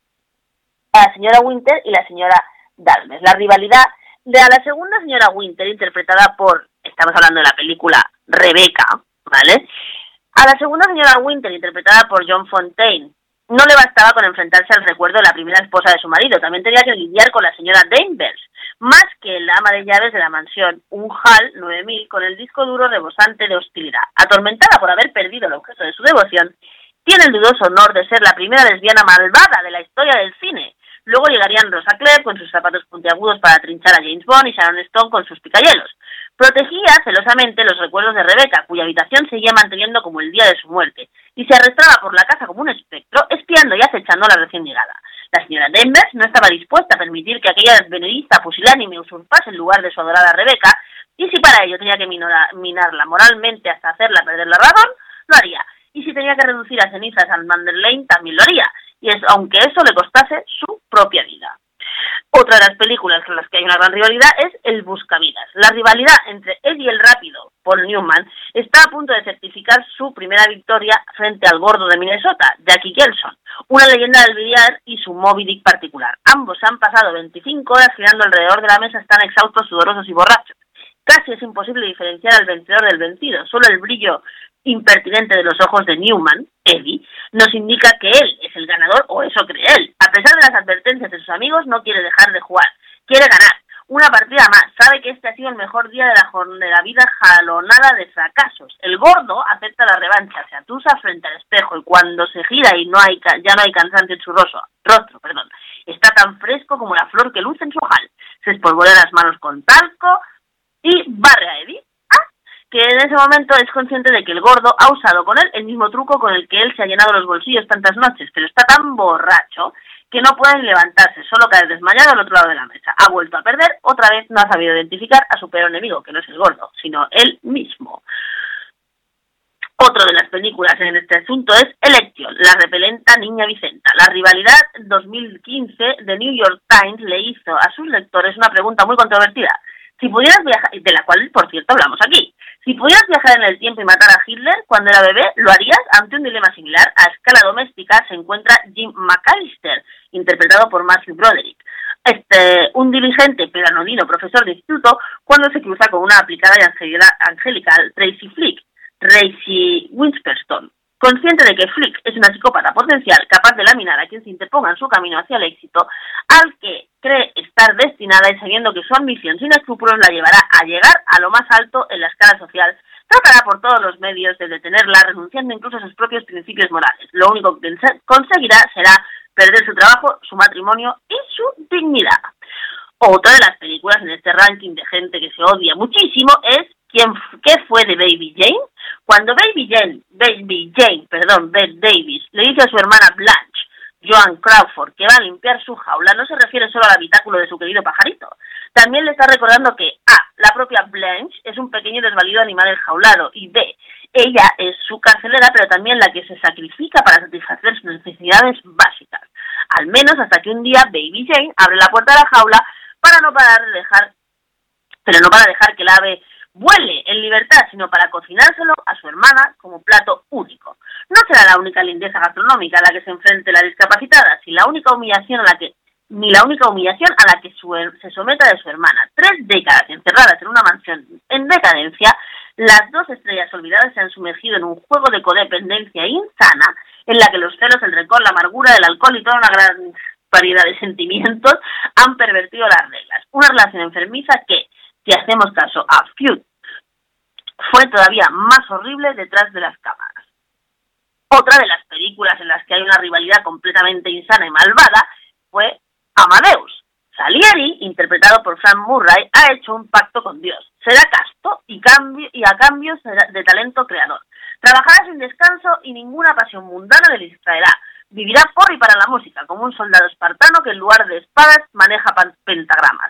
la señora Winter y la señora Dalmes. La rivalidad de a la segunda señora Winter, interpretada por, estamos hablando de la película Rebecca, ¿vale? A la segunda señora Winter, interpretada por John Fontaine, no le bastaba con enfrentarse al recuerdo de la primera esposa de su marido, también tenía que lidiar con la señora Danvers, más que el ama de llaves de la mansión, un HAL 9000 con el disco duro rebosante de hostilidad. Atormentada por haber perdido el objeto de su devoción, tiene el dudoso honor de ser la primera lesbiana malvada de la historia del cine. Luego llegarían Rosa Klebb con sus zapatos puntiagudos para trinchar a James Bond y Sharon Stone con sus picayelos. Protegía celosamente los recuerdos de Rebecca, cuya habitación seguía manteniendo como el día de su muerte, y se arrastraba por la casa como un espectro, espiando y acechando a la recién llegada. La señora Danvers no estaba dispuesta a permitir que aquella desvenedista pusilánime usurpase el lugar de su adorada Rebecca, y si para ello tenía que minarla moralmente hasta hacerla perder la razón, lo haría. Y si tenía que reducir a cenizas al Manderlane, también lo haría, aunque eso le costase su propia vida. Otra de las películas con las que hay una gran rivalidad es El Buscavidas. La rivalidad entre Eddie el Rápido, Paul Newman, está a punto de certificar su primera victoria frente al gordo de Minnesota, Jackie Gelson, una leyenda del billar y su Moby Dick particular. Ambos han pasado 25 horas girando alrededor de la mesa, están exhaustos, sudorosos y borrachos. Casi es imposible diferenciar al vencedor del vencido, solo el brillo impertinente de los ojos de Newman, Eddie, nos indica que él es el ganador, o eso cree él. A pesar de las advertencias de sus amigos, no quiere dejar de jugar, quiere ganar. Una partida más, sabe que este ha sido el mejor día de la vida jalonada de fracasos. El gordo acepta la revancha, se atusa frente al espejo y cuando se gira y ya no hay cansancio en su rostro, está tan fresco como la flor que luce en su ojal. Se espolvorea las manos con talco y barre a Eddie, que en ese momento es consciente de que el gordo ha usado con él el mismo truco con el que él se ha llenado los bolsillos tantas noches, pero está tan borracho que no puede ni levantarse, solo cae desmayado al otro lado de la mesa. Ha vuelto a perder, otra vez no ha sabido identificar a su peor enemigo, que no es el gordo, sino él mismo. Otra de las películas en este asunto es Election, la repelenta niña Vicenta. La rivalidad 2015 de New York Times le hizo a sus lectores una pregunta muy controvertida. Si pudieras viajar, de la cual, por cierto, hablamos aquí. Si pudieras viajar en el tiempo y matar a Hitler cuando era bebé, ¿lo harías? Ante un dilema similar, a escala doméstica, se encuentra Jim McAllister, interpretado por Matthew Broderick. Un diligente pero anodino profesor de instituto, cuando se cruza con una aplicada y angelical Tracy Winsperston. Consciente de que Flick es una psicópata potencial capaz de laminar a quien se interponga en su camino hacia el éxito, al que cree estar destinada y sabiendo que su ambición sin escrúpulos la llevará a llegar a lo más alto en la escala social, tratará por todos los medios de detenerla, renunciando incluso a sus propios principios morales. Lo único que conseguirá será perder su trabajo, su matrimonio y su dignidad. Otra de las películas en este ranking de gente que se odia muchísimo es ¿Qué fue de Baby Jane? Cuando Bette Davis le dice a su hermana Blanche, Joan Crawford, que va a limpiar su jaula, no se refiere solo al habitáculo de su querido pajarito. También le está recordando que A, la propia Blanche es un pequeño desvalido animal enjaulado, y B, ella es su carcelera, pero también la que se sacrifica para satisfacer sus necesidades básicas. Al menos hasta que un día Baby Jane abre la puerta de la jaula para no para dejar que el ave vuele en libertad, sino para cocinárselo a su hermana como plato único. No será la única lindeza gastronómica a la que se enfrente la discapacitada, ni la única humillación a la que se someta de su hermana. 3 décadas encerradas en una mansión en decadencia, las 2 estrellas olvidadas se han sumergido en un juego de codependencia insana en la que los celos, el rencor, la amargura, el alcohol y toda una gran variedad de sentimientos han pervertido las reglas. Una relación enfermiza que, si hacemos caso a Feud, fue todavía más horrible detrás de las cámaras. Otra de las películas en las que hay una rivalidad completamente insana y malvada fue Amadeus. Salieri, interpretado por Frank Murray, ha hecho un pacto con Dios. Será casto y a cambio de talento creador. Trabajará sin descanso y ninguna pasión mundana le distraerá. Vivirá por y para la música, como un soldado espartano que en lugar de espadas maneja pentagramas.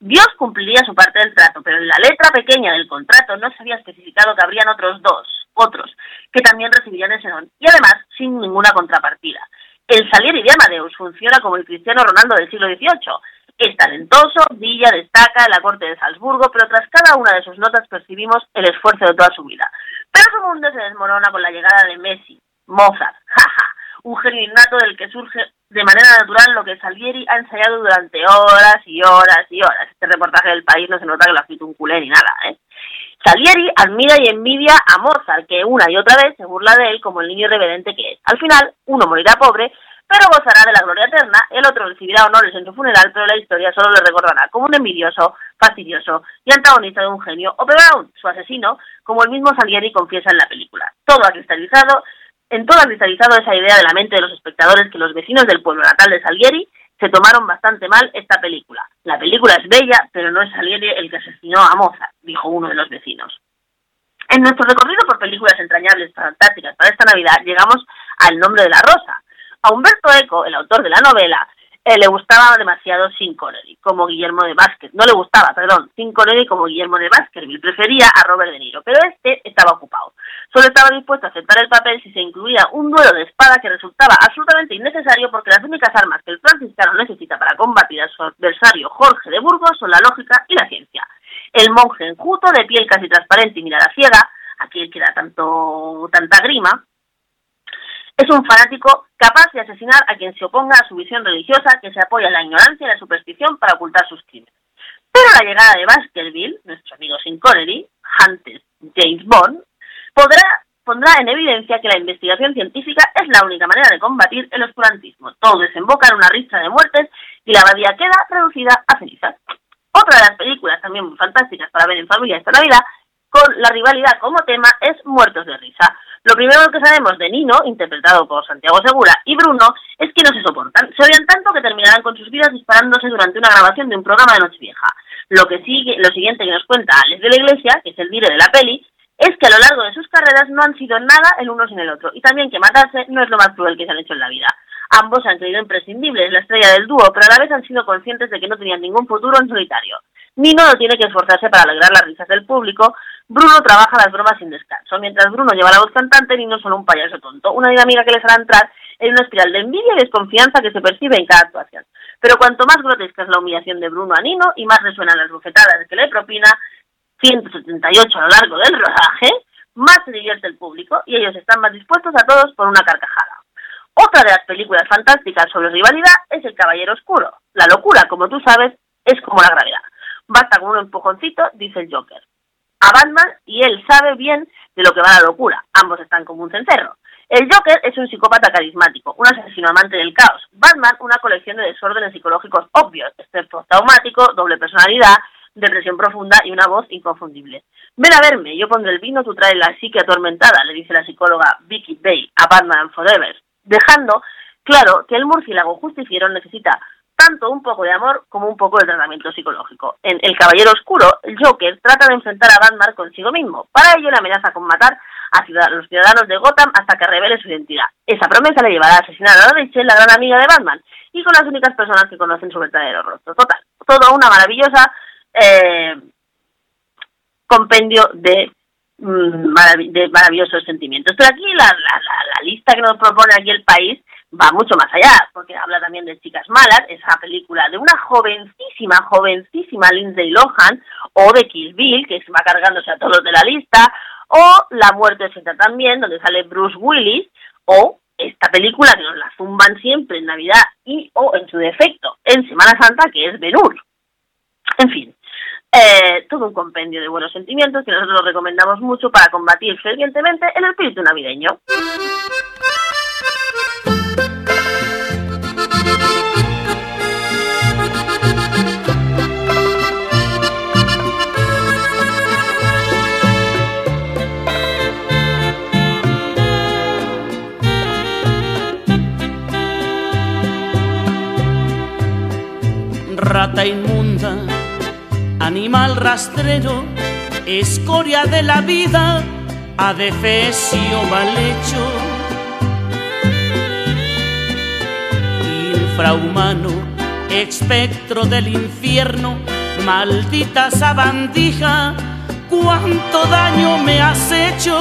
Dios cumpliría su parte del trato, pero en la letra pequeña del contrato no se había especificado que habrían otros que también recibirían ese don, y además sin ninguna contrapartida. El Salieri de Amadeus funciona como el Cristiano Ronaldo del siglo XVIII. Es talentoso, brilla, destaca en la corte de Salzburgo, pero tras cada una de sus notas percibimos el esfuerzo de toda su vida. Pero su mundo se desmorona con la llegada de Messi, Mozart, jaja, un genio innato del que surge de manera natural lo que Salieri ha ensayado durante horas y horas y horas. Este reportaje del País no se nota que lo ha escrito un culé ni nada, Salieri admira y envidia a Mozart, que una y otra vez se burla de él como el niño irreverente que es. Al final, uno morirá pobre, pero gozará de la gloria eterna, el otro recibirá honores en su funeral, pero la historia solo le recordará como un envidioso, fastidioso y antagonista de un genio, o peor aún, su asesino, como el mismo Salieri confiesa en la película. Todo ha cristalizado esa idea de la mente de los espectadores que los vecinos del pueblo natal de Salieri se tomaron bastante mal esta película. La película es bella, pero no es Salieri el que asesinó a Mozart, dijo uno de los vecinos. En nuestro recorrido por películas entrañables fantásticas para esta Navidad llegamos a El nombre de la rosa. A Umberto Eco, el autor de la novela, le gustaba demasiado Sean Connery como Guillermo de Baskerville. No le gustaba, perdón, Sean Connery como Guillermo de Baskerville. Prefería a Robert De Niro, pero este estaba ocupado. Solo estaba dispuesto a aceptar el papel si se incluía un duelo de espada que resultaba absolutamente innecesario porque las únicas armas que el franciscano necesita para combatir a su adversario Jorge de Burgos son la lógica y la ciencia. El monje enjuto, de piel casi transparente y mirada ciega, aquel que da tanta grima, es un fanático capaz de asesinar a quien se oponga a su visión religiosa, que se apoya en la ignorancia y la superstición para ocultar sus crímenes. Pero la llegada de Baskerville, nuestro amigo Sean Connery, antes James Bond, pondrá en evidencia que la investigación científica es la única manera de combatir el oscurantismo. Todo desemboca en una ristra de muertes y la abadía queda reducida a cenizas. Otra de las películas también muy fantásticas para ver en familia esta Navidad, con la rivalidad como tema, es Muertos de risa. Lo primero que sabemos de Nino, interpretado por Santiago Segura, y Bruno, es que no se soportan. Se odian tanto que terminarán con sus vidas disparándose durante una grabación de un programa de Nochevieja. Lo siguiente que nos cuenta Alex de la Iglesia, que es el dire de la peli, es que a lo largo de sus carreras no han sido nada el uno sin el otro, y también que matarse no es lo más cruel que se han hecho en la vida. Ambos han creído imprescindibles, la estrella del dúo, pero a la vez han sido conscientes de que no tenían ningún futuro en solitario. Nino no tiene que esforzarse para alegrar las risas del público, Bruno trabaja las bromas sin descanso. Mientras Bruno lleva la voz cantante, Nino es solo un payaso tonto, una dinámica que les hará entrar en una espiral de envidia y desconfianza que se percibe en cada actuación. Pero cuanto más grotesca es la humillación de Bruno a Nino y más resuenan las bofetadas que le propina, 178 a lo largo del rodaje, más se divierte el público y ellos están más dispuestos a todos por una carcajada. Otra de las películas fantásticas sobre rivalidad es El Caballero Oscuro. La locura, como tú sabes, es como la gravedad. Basta con un empujoncito, dice el Joker a Batman, y él sabe bien de lo que va la locura. Ambos están como un cencerro. El Joker es un psicópata carismático, un asesino amante del caos. Batman, una colección de desórdenes psicológicos obvios, estrés postraumático, doble personalidad, depresión profunda y una voz inconfundible. Ven a verme, yo pondré el vino, tú traes la psique atormentada, le dice la psicóloga Vicky Bale a Batman Forever, dejando claro que el murciélago justiciero necesita tanto un poco de amor como un poco de tratamiento psicológico. En El Caballero Oscuro, el Joker trata de enfrentar a Batman consigo mismo. Para ello le amenaza con matar a los ciudadanos de Gotham hasta que revele su identidad. Esa promesa le llevará a asesinar a Rachel, la gran amiga de Batman, y con las únicas personas que conocen su verdadero rostro. Total, todo una maravillosa compendio de maravillosos sentimientos. Pero aquí la lista que nos propone aquí el País va mucho más allá, porque habla también de Chicas Malas, esa película de una jovencísima Lindsay Lohan, o de Kill Bill, que se va cargándose a todos de la lista, o La muerte es esta también, donde sale Bruce Willis, o esta película que nos la zumban siempre en Navidad o en su defecto en Semana Santa, que es Ben-Hur. En fin, todo un compendio de buenos sentimientos que nosotros recomendamos mucho para combatir fervientemente el espíritu navideño. Rata inmunda, animal rastrero, escoria de la vida, adefesio mal hecho, infrahumano, espectro del infierno, Maldita sabandija, cuánto daño me has hecho.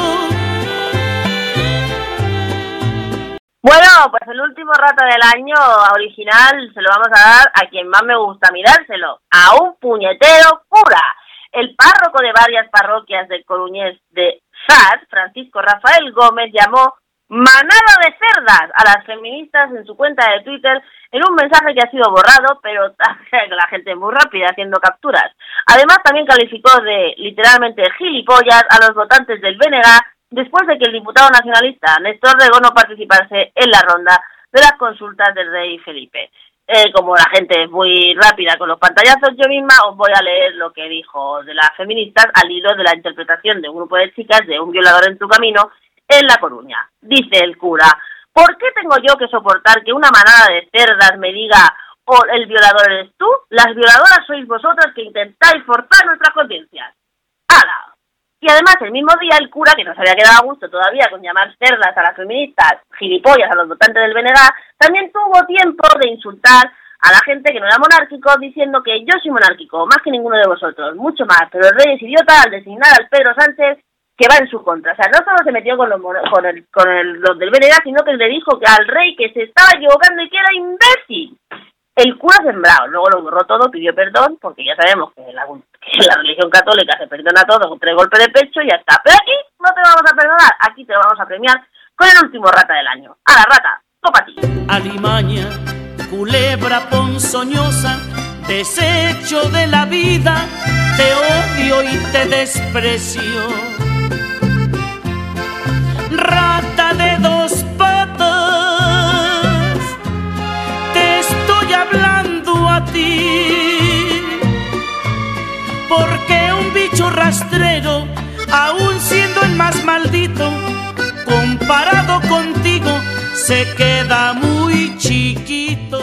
Bueno, pues el último rata del año original se lo vamos a dar a quien más me gusta mirárselo, a un puñetero cura. El párroco de varias parroquias de Coruñés de SAD, Francisco Rafael Gómez, llamó manada de cerdas a las feministas en su cuenta de Twitter en un mensaje que ha sido borrado, pero la gente es muy rápida haciendo capturas. Además, también calificó de literalmente gilipollas a los votantes del BNG después de que el diputado nacionalista Néstor Rego no participase en la ronda de las consultas del rey Felipe. Como la gente es muy rápida con los pantallazos, yo misma os voy a leer lo que dijo de las feministas al hilo de la interpretación de un grupo de chicas de Un violador en tu camino en La Coruña. Dice el cura: ¿por qué tengo yo que soportar que una manada de cerdas me diga "oh, el violador eres tú"? Las violadoras sois vosotras que intentáis forzar nuestras conciencias. ¡Hala! Y además, el mismo día, el cura, que no se había quedado a gusto todavía con llamar cerdas a las feministas, gilipollas a los votantes del BNG, también tuvo tiempo de insultar a la gente que no era monárquico, diciendo que yo soy monárquico, más que ninguno de vosotros, mucho más, pero el rey es idiota al designar al Pedro Sánchez que va en su contra. O sea, no solo se metió con los del BNG, sino que le dijo que al rey que se estaba equivocando y que era imbécil. El cura sembrado, luego lo borró todo, pidió perdón, porque ya sabemos que la religión católica se perdona todo con 3 golpes de pecho y ya está. Pero aquí no te vamos a perdonar, aquí te vamos a premiar con el último rata del año. ¡A la rata! ¡Topa ti! Alimaña, culebra ponzoñosa, desecho de la vida, te odio y te desprecio. Rata de 2 patas, te estoy hablando a ti, porque un bicho rastrero, aún siendo el más maldito, comparado contigo, se queda muy chiquito.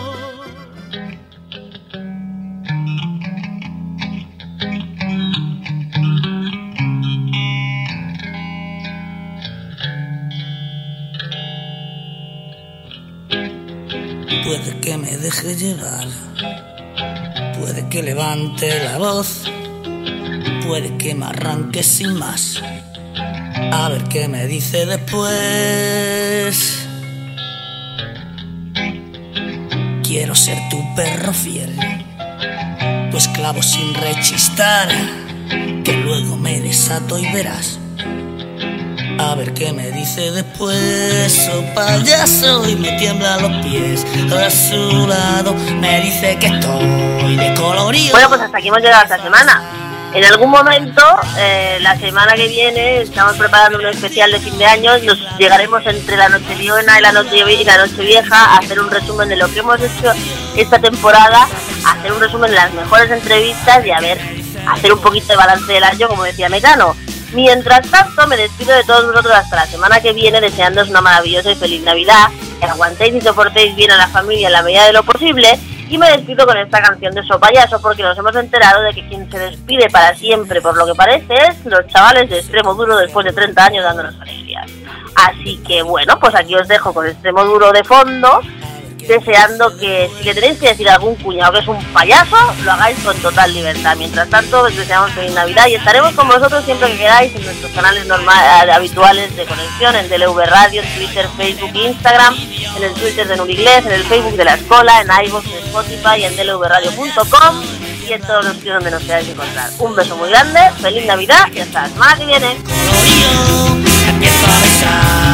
Puede que me deje llevar, puede que levante la voz, puede que me arranque sin más, a ver qué me dice después. Quiero ser tu perro fiel, tu esclavo sin rechistar, que luego me desato y verás. A ver qué me dice después, oh payaso, y me tiemblan los pies. A su lado me dice que estoy de colorío. Bueno, pues hasta aquí hemos llegado esta semana. En algún momento, la semana que viene, estamos preparando un especial de fin de año. Nos llegaremos entre la Nochebuena y la Nochevieja a hacer un resumen de lo que hemos hecho esta temporada, a hacer un resumen de las mejores entrevistas y hacer un poquito de balance del año, como decía Mecano. Mientras tanto, me despido de todos vosotros hasta la semana que viene, deseándoos una maravillosa y feliz Navidad, que aguantéis y soportéis bien a la familia en la medida de lo posible, y me despido con esta canción de So Payaso, porque nos hemos enterado de que quien se despide para siempre, por lo que parece, es los chavales de Extremo Duro después de 30 años dándonos alegrías. Así que bueno, pues aquí os dejo con Extremo Duro de fondo, deseando que si le tenéis que decir a algún cuñado que es un payaso, lo hagáis con total libertad. Mientras tanto, os deseamos feliz Navidad y estaremos con vosotros siempre que queráis en nuestros canales habituales de conexión, en DLV Radio, en Twitter, Facebook e Instagram, en el Twitter de Nuriglés, en el Facebook de La Escola, en iVoox, en Spotify, en dlvradio.com y en todos los sitios donde nos queráis encontrar. Un beso muy grande, feliz Navidad y hasta la semana que viene.